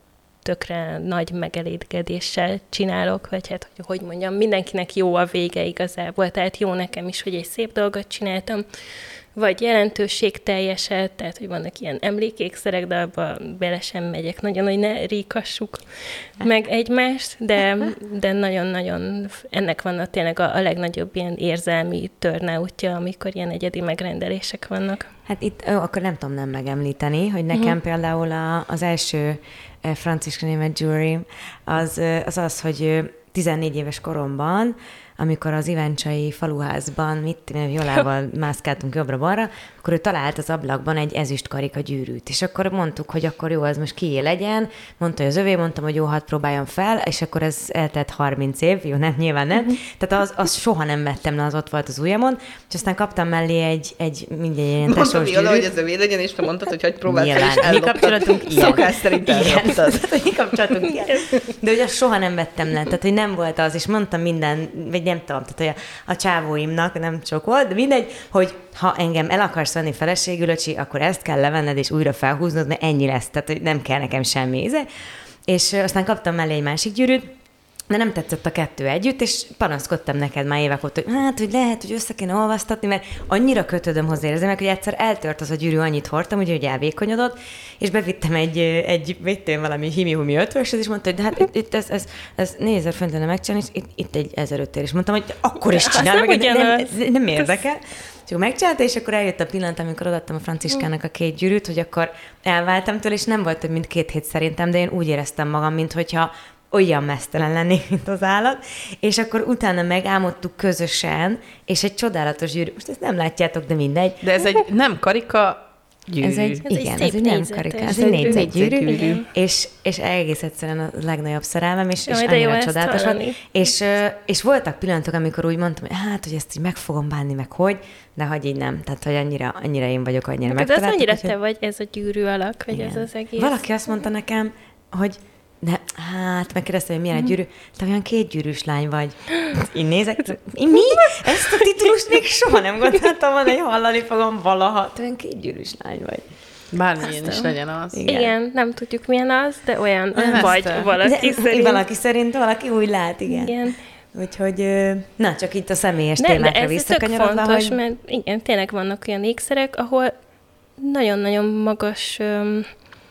tökre nagy megelégedéssel csinálok, vagy hát, hogy, hogy mondjam, mindenkinek jó a vége igazából, tehát jó nekem is, hogy egy szép dolgot csináltam, vagy jelentőségteljeset, tehát, hogy vannak ilyen emlékékszerek, de abba bele sem megyek nagyon, hogy ne ríkassuk meg egymást, de, de nagyon-nagyon ennek vannak tényleg a, a legnagyobb ilyen érzelmi turnoutja, amikor ilyen egyedi megrendelések vannak. Hát itt ó, akkor nem tudom nem megemlíteni, hogy nekem uh-huh. például a, az első Franciska német jewelry az, az az, hogy tizennégy éves koromban, amikor az Iváncsai faluházban, mit Jolával mászkáltunk jobbra-balra, akkor ő talált az ablakban egy ezüst karika gyűrűt. És akkor mondtuk, hogy akkor jó, az most kié legyen. Mondta, hogy az övé, mondtam, hogy jó, hadd próbáljon fel, és akkor ez eltelt harminc év, jó, nem, nyilván nem. Uh-huh. Tehát az, az soha nem vettem le, az ott volt az ujjamon, és aztán kaptam mellé egy, egy mindegy ilyen tesós gyűrűt. Mondtam, hogy az övé legyen, és te mondtad, hogy hagyj próbáld fel, és elloptad. Mi kapcsolatunk ilyen. Szokás szerint elloptad. Mi kapcsolatunk ilyen. De ugye soha nem vettem le, tehát hogy nem volt az, és mondtam minden, vagy nem tudom, tehát hogy a, a csávóimnak nem sok volt, de mindegy, hogy ha engem el akarsz venni feleségül, öcsi, akkor ezt kell levenned, és újra felhúznod, mert ennyi lesz, tehát hogy nem kell nekem semmi íze. És aztán kaptam mellé egy másik gyűrűt, de nem tetszett a kettő együtt, és panaszkodtam neked már évek óta, hogy hát, hogy lehet, hogy össze kéne olvasztatni, mert annyira kötődöm hozzá érzem, hogy egyszer eltört az a gyűrű, annyit hordtam, ugye, hogy elvékonyodott, és bevittem egy, egy vittem valami himi-humi ötvös, és mondta, hogy de hát itt, itt ez, ez, ez négyezer font lenne megcsinálni, és itt, itt egy ezeröt ér, és mondtam, hogy akkor is csinálj meg, nem, nem, nem érdekel. És akkor megcsinálta, és akkor eljött a pillanat, amikor odaadtam a Franciskának a két gyűrűt, hogy akkor elváltam tőle, és nem volt több, mint két hét szerintem, de én úgy éreztem magam, minthogyha olyan meztelen lennék, mint az állat, és akkor utána megálmodtuk közösen, és egy csodálatos gyűrű, most ezt nem látjátok, de mindegy. De ez egy nem karika gyűrű. Ez egy, ez igen, egy ez egy nem karika, ez egy négyzetgyűrű, és, és egész egyszerűen a legnagyobb szerelmem, és, és annyira csodálatos volt. És, és voltak pillanatok, amikor úgy mondtam, hogy hát, hogy ezt így meg fogom bánni, meg hogy, de hogy így nem. Tehát, hogy annyira, annyira én vagyok, annyira megtaláltam. De az annyira te vagy, ez a gyűrű alak, vagy igen. Ez az egész. Valaki azt mondta nekem, hogy de hát, megkérdeztem, hogy milyen egy gyűrű. Te olyan kétgyűrűs lány vagy. Én nézek, én mi? Ezt a titulust még soha nem gondoltam volna, hogy hallani fogom valaha. Te olyan kétgyűrűs lány vagy. Bármilyen is legyen az. Igen. Igen, nem tudjuk milyen az, de olyan nem vagy te. Valaki de, szerint. Valaki szerint, valaki úgy lát, igen. Igen. Úgyhogy, na, csak itt a személyes de, témákra visszakanyarodva. De ez fontos, hogy... mert igen, tényleg vannak olyan ékszerek, ahol nagyon-nagyon magas... Um,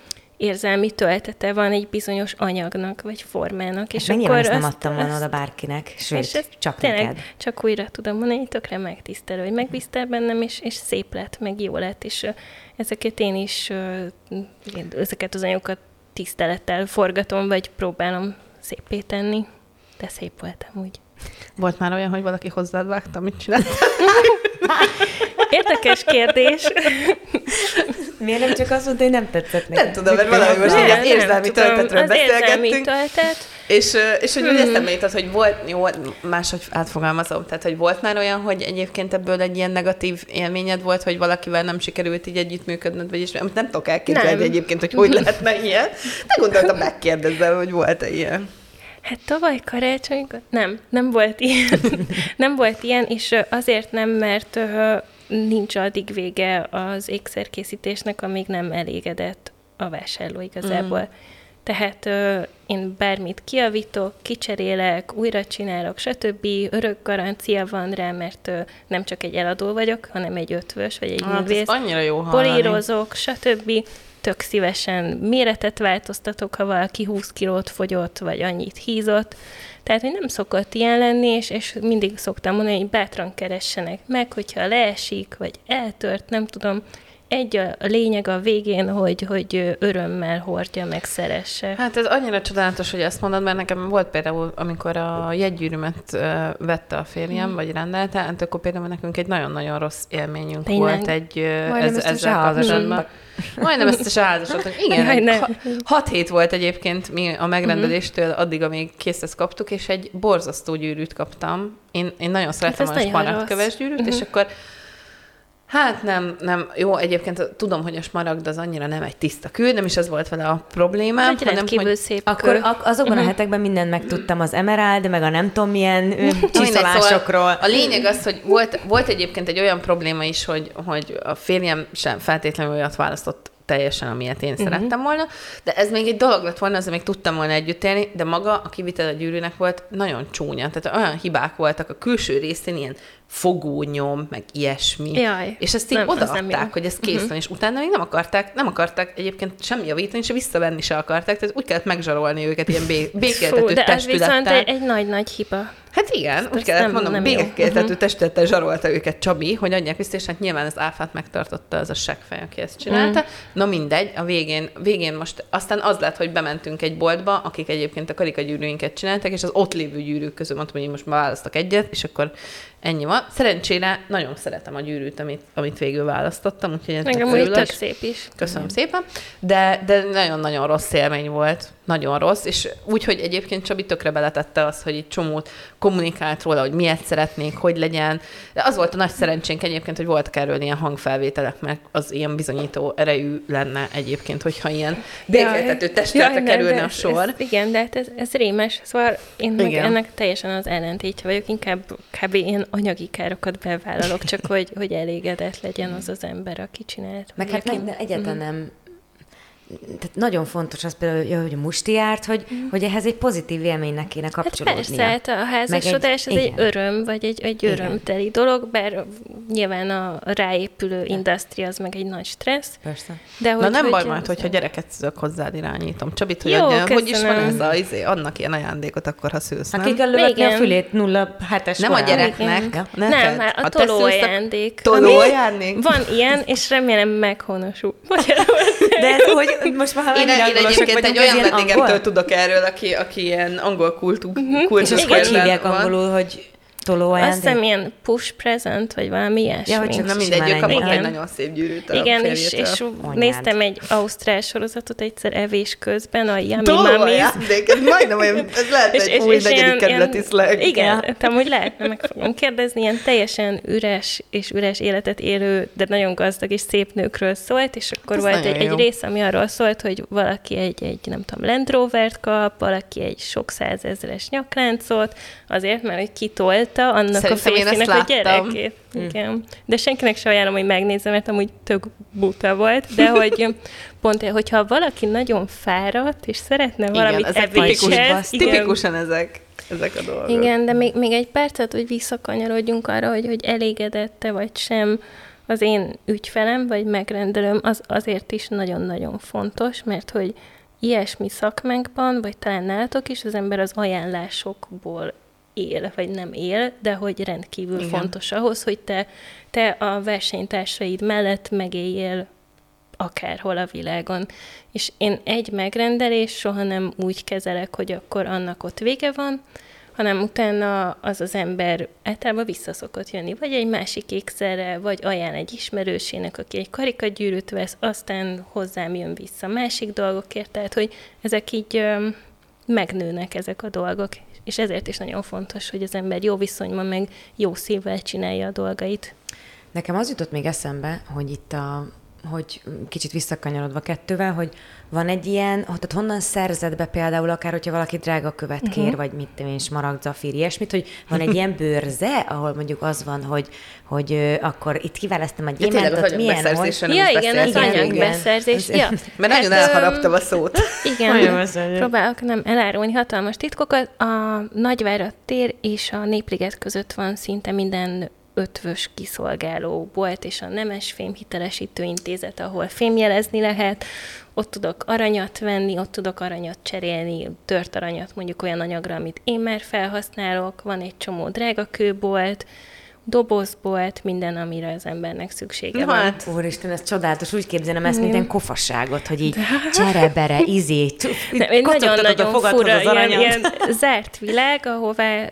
érzelmi töltete van egy bizonyos anyagnak, vagy formának. És akkor ezt nem adtam volna oda bárkinek, sőt, csak neked. Csak újra tudom mondani, tökre megtisztelő, hogy megbíztál bennem, és, és szép lett, meg jó lett, és ezeket én is, ezeket az anyagokat tisztelettel forgatom, vagy próbálom szépé tenni, de szép voltam úgy. Volt már olyan, hogy valaki hozzád vágta, mit csináltál? Érdekes kérdés. Miért nem csak azt mondta, hogy nem tetszett neki? Nem tudom, mert valami most ilyen érzelmi töltetről beszélgettünk. Az érzelmi töltet, és, és hogy úgy eszembe jutott, hogy volt, jó, máshogy átfogalmazom, tehát, hogy volt már olyan, hogy egyébként ebből egy ilyen negatív élményed volt, hogy valakivel nem sikerült így együttműködnöd, vagyis amit nem tudok elképzelni nem. egyébként, hogy hogy lehetne ilyen. De gondoltam, megkérdezzem, hogy volt-e ilyen. Hát tavaly karácsonykor nem, nem volt ilyen. nem volt ilyen, és azért nem, mert uh, nincs addig vége az ékszerkészítésnek, amíg nem elégedett a vásárló igazából. Mm. Tehát uh, én bármit kiavítok, kicserélek, újra csinálok, stb. Örök garancia van rá, mert uh, nem csak egy eladó vagyok, hanem egy ötvös, vagy egy hát művész. Annyira jó hallani. Polírozok, stb. Tök szívesen méretet változtatok, ha valaki húsz kilót fogyott, vagy annyit hízott. Tehát, hogy nem szokott ilyen lenni, és, és mindig szoktam mondani, hogy bátran keressenek meg, hogyha leesik, vagy eltört, nem tudom. Egy a, a lényeg a végén, hogy, hogy örömmel hordja, meg szeresse. Hát ez annyira csodálatos, hogy ezt mondod, mert nekem volt például, amikor a jegygyűrűmet uh, vette a férjem, mm. vagy rendelte, hát akkor például nekünk egy nagyon-nagyon rossz élményünk Tényleg? volt egy uh, ez, ezzel kapcsolatban. Majdnem ezt is házasodtunk. Igen, ha, hat hét volt egyébként mi a megrendeléstől addig, amíg készhez kaptuk, és egy borzasztó gyűrűt kaptam. Én, én nagyon szeretem hát a smaragdköves gyűrűt, uh-huh. és akkor hát nem, nem, jó, egyébként tudom, hogy a smaragd az annyira nem egy tiszta kő, nem is az volt vele a problémám. Egy rendkívül hogy... szép Akkor kő. azokban uh-huh. a hetekben mindent megtudtam az emerald, meg a nem tudom milyen csiszolásokról. Szóval a lényeg az, hogy volt, volt egyébként egy olyan probléma is, hogy, hogy a férjem sem feltétlenül olyat választott teljesen, amilyet én uh-huh. szerettem volna, de ez még egy dolog lett volna, azért még tudtam volna együtt élni, de maga a kivitel a gyűrűnek volt nagyon csúnya. Tehát olyan hibák voltak a külső részén, ilyen fogónyom, meg ilyesmi. Jaj, és ezt így nem, odaadták, hogy ez kész van, uh-huh. és utána még nem akarták, nem akarták egyébként semmi javítani, és visszavenni se akarták, tehát úgy kellett megzsarolni őket ilyen bé- békéltető Fú, testülettel. de ez viszont egy, egy nagy-nagy hiba. Hát igen, ezt úgy kellett mondom, békéltető uh-huh. testülettel zsarolta őket Csabi, hogy adják vissza, és hát nyilván az áfát megtartotta az a seggfej, aki ezt csinálta. Uh-huh. Na mindegy, a végén, végén most aztán az lett, hogy bementünk egy boltba, akik egyébként a karikagyűrűinket csináltak, és az ott lévő gyűrűk közül mondtam, hogy én most már választok egyet, és akkor ennyi van. Szerencsére nagyon szeretem a gyűrűt, amit, amit végül választottam, úgyhogy ez Engem úgy tök szép is. Köszönöm Igen. szépen. De, de nagyon-nagyon rossz élmény volt. Nagyon rossz, és úgy, hogy egyébként Csabi tökre beletette azt, hogy itt csomót kommunikált róla, hogy miért szeretnék, hogy legyen. De az volt a nagy szerencsénk egyébként, hogy voltak erről ilyen hangfelvételek, mert az ilyen bizonyító erejű lenne egyébként, hogyha ilyen békéltető testületre kerülne a sor. Ez, igen, de hát ez, ez rémes. Szóval én meg ennek teljesen az ellentétje vagyok, inkább kb. Ilyen anyagi károkat bevállalok, csak hogy, hogy elégedett legyen az az ember, aki csinált. Meg hát nem, egyáltalán mm. nem tehát nagyon fontos az például, hogy a musti járt, hogy, mm. hogy ehhez egy pozitív élménynek kéne kapcsolódnia. Hát persze, hát a házasodás egy, ez igen. egy öröm, vagy egy, egy örömteli igen. dolog, bár nyilván a ráépülő industria az meg egy nagy stressz. Persze. De hogy, Na nem baj majd, hogyha gyereket szülök, hozzád irányítom. Csabit, hogy adja, hogy is van ez a, izé, annak ilyen ajándékot, akkor ha szülsz, nem? Aki kell lövetni a fülét nulla hetes Nem a gyereknek. Ja. Nem, nem hát a tolóajándék. Tolóajándék? Van ilyen, és remélem meghonosul. De ez, hogy most már én, én egyébként egy olyan vendégemtől tudok erről, aki, aki ilyen angol kultúr. Uh-huh. És ezt hogy hívják angolul, hogy tolóajándék? Azt hiszem ilyen push present, vagy valami ilyesmi. Ja, hogy csak nem mindegy, ő kapott egy nagyon szép gyűrűt a Igen, és, és néztem egy ausztrál sorozatot egyszer evés közben, a Yummy Mummies. Tolóajándék, ez majdnem olyan, ez lehet és, egy és, új és negyedik kerületi szleg. Igen, tehát hogy lehetne, meg fogom kérdezni, ilyen teljesen üres és üres életet élő, de nagyon gazdag és szép nőkről szólt, és akkor ez volt egy, egy rész, ami arról szólt, hogy valaki egy, egy nem tudom, Land Rovert kap, valaki egy sok százezres nyakláncot, azért, mert hogy kitolta annak Szerintem a férfinek a gyerekét. Hmm. Igen. De senkinek se ajánlom, hogy megnézze, mert amúgy tök buta volt, de hogy pont, hogyha valaki nagyon fáradt, és szeretne valamit evéshez... Tipikusan ezek, ezek a dolgok. Igen, de még, még egy percet, hogy visszakanyarodjunk arra, hogy, hogy elégedette vagy sem az én ügyfelem, vagy megrendelőm, az azért is nagyon-nagyon fontos, mert hogy ilyesmi szakmánkban, vagy talán nálatok is, az ember az ajánlásokból él, vagy nem él, de hogy rendkívül Igen. fontos ahhoz, hogy te, te a versenytársaid mellett megéljél akárhol a világon. És én egy megrendelés soha nem úgy kezelek, hogy akkor annak ott vége van, hanem utána az az ember általában vissza szokott jönni, vagy egy másik ékszerre, vagy ajánl egy ismerősének, aki egy karikagyűrűt vesz, aztán hozzám jön vissza másik dolgokért, tehát hogy ezek így megnőnek ezek a dolgok. És ezért is nagyon fontos, hogy az ember jó viszonyban, meg jó szívvel csinálja a dolgait. Nekem az jutott még eszembe, hogy itt a, hogy kicsit visszakanyarodva kettővel, hogy van egy ilyen, tehát honnan szerzed be például akár, hogyha valaki drága követ kér, uh-huh. vagy mit tudom én, smaragd, zafír, ilyesmit, hogy van egy ilyen bőrze, ahol mondjuk az van, hogy, hogy ö, akkor itt kiválasztom a gyémántot, milyen, hogy... Ja, igen, az anyagbeszerzés. Ja. Mert nagyon hát, elharaptam a szót. Igen, próbálok nem elárulni hatalmas titkokat. A Nagyvárad tér és a Népliget között van szinte minden ötvös kiszolgáló bolt, és a Nemes Fém hitelesítő intézet, ahol fémjelezni lehet, ott tudok aranyat venni, ott tudok aranyat cserélni, tört aranyat mondjuk olyan anyagra, amit én már felhasználok, van egy csomó drágakőbolt, dobozbolt, minden, amire az embernek szüksége Na, van. Hát, úristen, ez csodálatos, úgy képzelem ezt, mint egy kofasságot, hogy így cserebere, izé, nagyon-nagyon fura, ilyen, ilyen zárt világ, ahová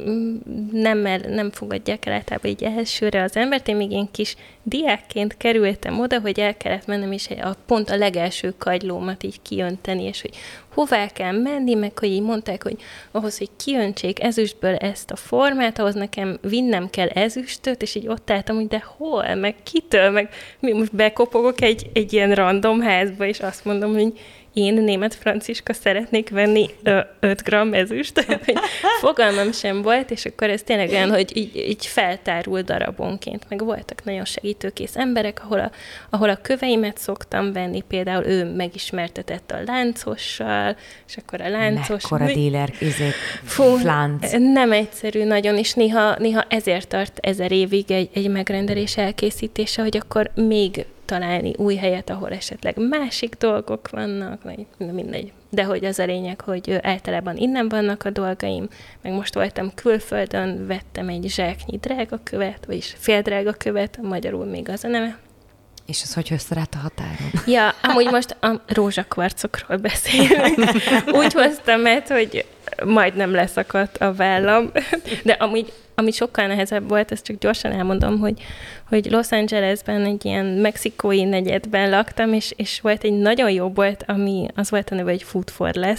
nem, nem fogadják el általában így elsőre az embert. Én még én kis diákként kerültem oda, hogy el kellett mennem, és a, pont a legelső kagylómat így kiönteni, és hogy hová kell menni, meg hogy így mondták, hogy ahhoz, hogy kiöntsék ezüstből ezt a formát, ahhoz nekem vinnem kell ezüstöt, és így ott álltam, hogy de hol, meg kitől, meg mi most bekopogok egy, egy ilyen random házba, és azt mondom, hogy én, Németh Franciska, szeretnék venni öt gramm ezüst. Fogalmam sem volt, és akkor ez tényleg olyan, hogy így, így feltárul darabonként. Meg voltak nagyon segítőkész emberek, ahol a, ahol a köveimet szoktam venni, például ő megismertetett a láncossal, és akkor a láncos... Mekkora díler, izé, lánc. Nem egyszerű nagyon, és néha, néha ezért tart ezer évig egy, egy megrendelés elkészítése, hogy akkor még találni új helyet, ahol esetleg másik dolgok vannak, vagy mindegy. De hogy az a lényeg, hogy általában innen vannak a dolgaim, meg most voltam külföldön, vettem egy zsáknyi drágakövet, vagyis fél drágakövet, magyarul még az a neve. És az hogy hozta rá a határon? Ja, amúgy most a rózsakvarcokról beszélünk. Úgy hoztam, mert hogy majdnem leszakadt a vállam, de amúgy ami sokkal nehezebb volt, ezt csak gyorsan elmondom, hogy, hogy Los Angelesben egy ilyen mexikói negyedben laktam, és, és volt egy nagyon jó bolt, ami az volt a neve, hogy Food for Less.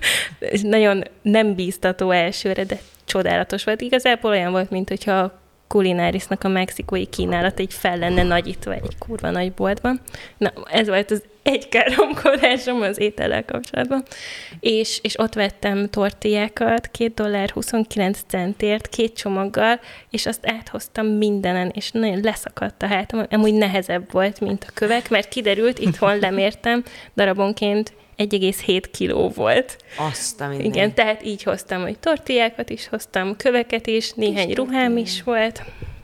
Nagyon nem bíztató elsőre, de csodálatos volt. Igazából olyan volt, mint hogyha a Culinariusnak a mexikói kínálat így fel lenne nagyítva egy kurva nagy boltban. Na, ez volt az egy káromkodásom az étellel kapcsolatban. És, és ott vettem tortillákat, két dollár huszonkilenc centért, két csomaggal, és azt áthoztam mindenen, és nagyon leszakadt a hátam. Amúgy nehezebb volt, mint a kövek, mert kiderült, itthon lemértem, darabonként egy egész hét kiló volt. Azt a minden. Igen, tehát így hoztam, hogy tortillákat is hoztam, köveket is, néhány ruhám is volt.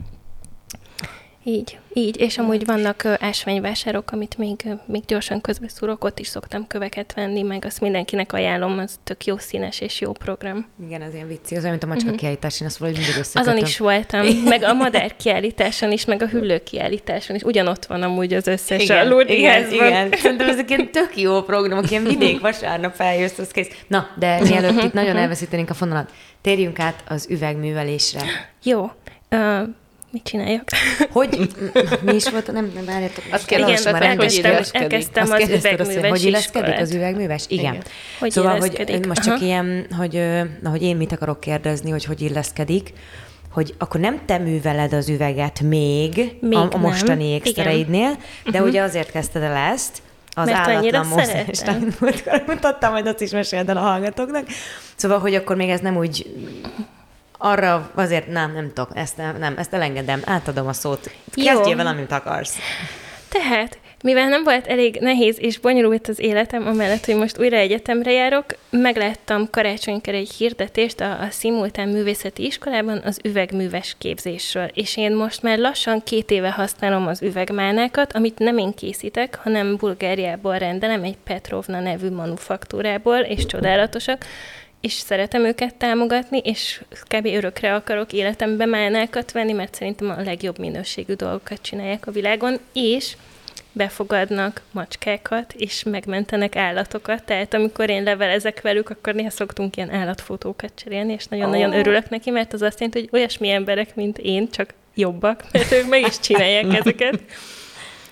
Így, így, és amúgy vannak uh, ásványvásárok, amit még, uh, még gyorsan közbeszúrok, ott is szoktam köveket venni, meg azt mindenkinek ajánlom, az tök jó színes és jó program. Igen, az ilyen vicci, az olyan, mint a macska uh-huh. kiállítás, én azt valahogy mindig összekötöm. Azon is voltam, meg a madár kiállításon is, meg a hüllő kiállításon is, ugyanott van amúgy az összes igen, a Lourdes házban. Igen, szerintem ezek ilyen tök jó programok, ilyen vidék vasárnap feljössz, az kész. Na, de mielőtt itt nagyon elveszítenénk a fonalat, térjünk át az üvegművelésre. Jó. Uh, Mit csináljak? Hogy? Mi is volt? Nem, nem várjátok. Azt kérdeztem, hogy hogy illeszkedik. Elkezdtem az üvegműves hogy illeszkedik az üvegműves? Igen. Igen. Hogy szóval, hogy most csak Aha. ilyen, hogy, hogy én mit akarok kérdezni, hogy hogy illeszkedik, hogy akkor nem te műveled az üveget még, még a, a mostani extraidnél, de uh-huh. ugye azért kezdted el ezt, az mert állatlan mozgást, amit múltkor mutattam, majd azt is meséld el a hallgatóknak. Szóval, hogy akkor még ez nem úgy... Arra azért nem, nem tudok, ezt, nem, nem, ezt elengedem, átadom a szót. Kezdjél vele, amit akarsz. Tehát, mivel nem volt elég nehéz és bonyolult az életem, amellett, hogy most újra egyetemre járok, megláttam karácsonykor egy hirdetést a, a Szimultán Művészeti Iskolában az üvegműves képzésről. És én most már lassan két éve használom az üvegmálnákat, amit nem én készítek, hanem Bulgáriából rendelem, egy Petrovna nevű manufaktúrából, és csodálatosak, és szeretem őket támogatni, és kb. Örökre akarok életembe málnákat venni, mert szerintem a legjobb minőségű dolgokat csinálják a világon, és befogadnak macskákat, és megmentenek állatokat, tehát amikor én levelezek velük, akkor néha szoktunk ilyen állatfotókat cserélni, és nagyon-nagyon oh. örülök neki, mert az azt jelenti, hogy olyasmi emberek, mint én, csak jobbak, mert ők meg is csinálják ezeket.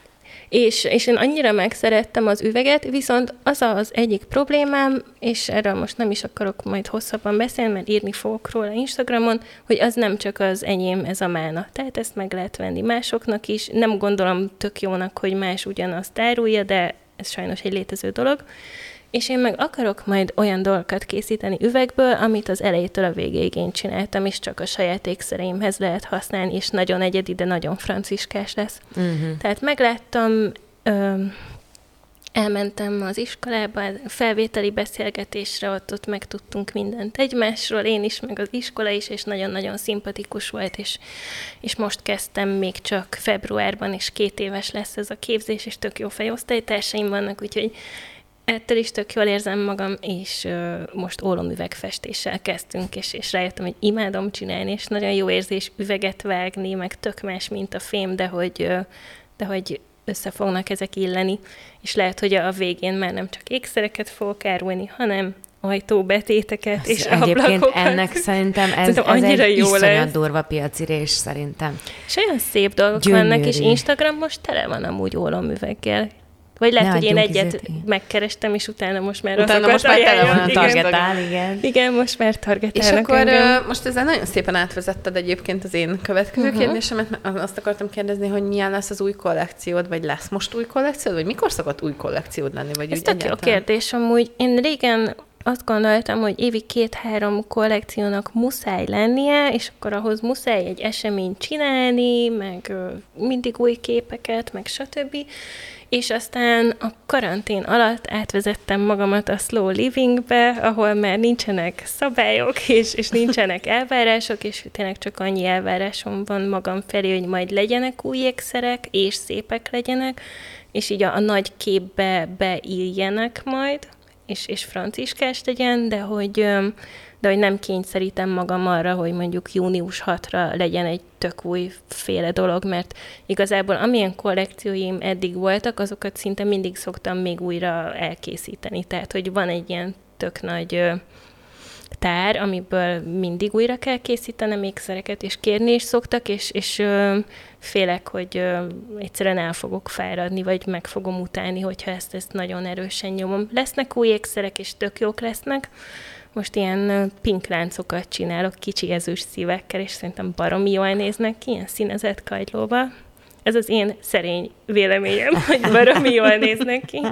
És, és én annyira megszerettem az üveget, viszont az az egyik problémám, és erről most nem is akarok majd hosszabban beszélni, mert írni fogok róla Instagramon, hogy az nem csak az enyém, ez a mána. Tehát ezt meg lehet venni másoknak is. Nem gondolom tök jónak, hogy más ugyanazt árulja, de ez sajnos egy létező dolog. És én meg akarok majd olyan dolgokat készíteni üvegből, amit az elejétől a végéig én csináltam, és csak a saját ékszereimhez lehet használni, és nagyon egyedi, de nagyon franciskás lesz. Uh-huh. Tehát megláttam, ö, elmentem az iskolába, felvételi beszélgetésre, ott, ott megtudtunk mindent egymásról, én is, meg az iskola is, és nagyon-nagyon szimpatikus volt, és, és most kezdtem még csak februárban, és két éves lesz ez a képzés, és tök jó fejosztálytársaim vannak, úgyhogy ettől is tök jól érzem magam, és uh, most ólomüvegfestéssel kezdtünk, és, és rájöttem, hogy imádom csinálni, és nagyon jó érzés üveget vágni, meg tök más, mint a fém, de hogy, uh, de hogy össze fognak ezek illeni, és lehet, hogy a végén már nem csak ékszereket fogok árulni, hanem ajtóbetéteket ez és egyébként ablakokat. Ennek szerintem ez, szerintem ez egy jó iszonyat lesz. Durva piacirés szerintem. És olyan szép dolgok Gyönyörű. vannak, és Instagram most tele van amúgy ólomüveggel. Vagy lehet, ne hogy én egyet izét. megkerestem, és utána most már utána most már tele van a targetál, igen. Igen, most már targetálnak. És akkor engem. most ezzel nagyon szépen átvezetted egyébként az én következő uh-huh. kérdésemet, mert azt akartam kérdezni, hogy milyen lesz az új kollekciód, vagy lesz most új kollekciód, vagy mikor szokott új kollekciód lenni? Vagy Ez tök jó kérdés, amúgy én régen azt gondoltam, hogy évi két-három kollekciónak muszáj lennie, és akkor ahhoz muszáj egy eseményt csinálni, meg mindig új képeket, meg stb. És aztán a karantén alatt átvezettem magamat a slow livingbe, ahol már nincsenek szabályok, és, és nincsenek elvárások, és tényleg csak annyi elvárásom van magam felé, hogy majd legyenek új ékszerek, és szépek legyenek, és így a, a nagy képbe beírjenek majd, és, és franciskás legyen, de hogy, de hogy nem kényszerítem magam arra, hogy mondjuk június hatodikára legyen egy tök új féle dolog, mert igazából amilyen kollekcióim eddig voltak, azokat szinte mindig szoktam még újra elkészíteni. Tehát, hogy van egy ilyen tök nagy tár, amiből mindig újra kell készítenem ékszereket, és kérni is szoktak, és, és ö, félek, hogy ö, egyszerűen el fogok fáradni, vagy meg fogom utálni, hogyha ezt, ezt nagyon erősen nyomom. Lesznek új ékszerek, és tök jók lesznek. Most ilyen pink láncokat csinálok, kicsi ezüst szívekkel, és szerintem baromi jól néznek ki, ilyen színezett kagylóval. Ez az én szerény véleményem, hogy baromi jól néznek ki.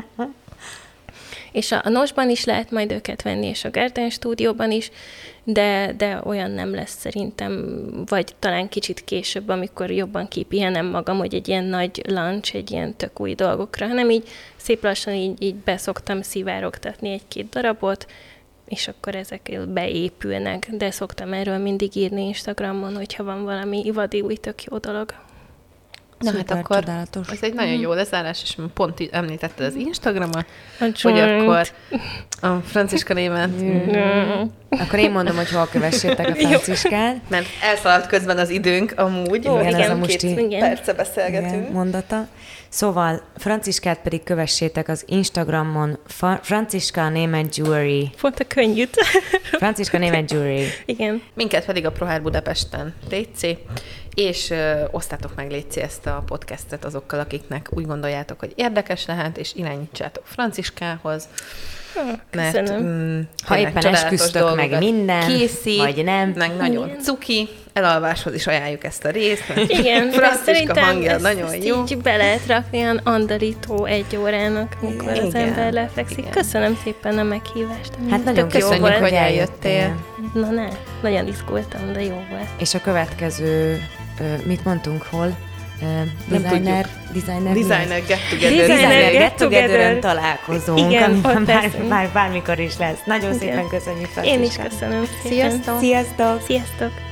És a, a Nosban is lehet majd őket venni, és a Garden Stúdióban is, de, de olyan nem lesz szerintem, vagy talán kicsit később, amikor jobban kipihenem magam, hogy egy ilyen nagy lunch, egy ilyen tök új dolgokra, hanem így szép lassan így, így beszoktam szivárogtatni egy-két darabot, és akkor ezek beépülnek, de szoktam erről mindig írni Instagramon, hogyha van valami ivadi új tök jó dolog. Na hát akkor csodálatos. Ez egy nagyon jó lezárás, és pont így említetted az Instagramot, hogy akkor a Franciska néven... Akkor én mondom, hogy hol kövessétek a Franciskát. Mert elszaladt közben az időnk amúgy. Ó, igen, igen, ez a két perce beszélgetünk. Igen, mondata. Szóval Franciskát pedig kövessétek az Instagramon, Fa- Franciska német Jewelry. Pont a könnyűt. Franciska német Jewelry. Igen. Minket pedig a ProHeart Budapesten létszi, és ö, osztátok meg létszi ezt a podcastet azokkal, akiknek úgy gondoljátok, hogy érdekes lehet, és irányítsátok Franciskához. Köszönöm. Mert, mm, ha éppen esküztök meg minden, készít, vagy nem. meg nagyon igen. cuki, elalváshoz is ajánljuk ezt a részt, mert igen, Franciska hangja ezt, nagyon ezt jó. így be lehet rakni olyan andalító egy órának, amikor igen, az ember lefekszik. Igen. Köszönöm szépen a meghívást. Hát nagyon köszönjük, hogy eljöttél. Na ne, nagyon izgultam, de jó volt. És a következő, mit mondtunk, hol? Uh, designer, designer, designer get together. Designer get together-en találkozunk, igen, amiben már, már bármikor is lesz. Nagyon igen. szépen köszönjük, Franciska. Én is köszönöm szépen. Sziasztok! Sziasztok! Sziasztok!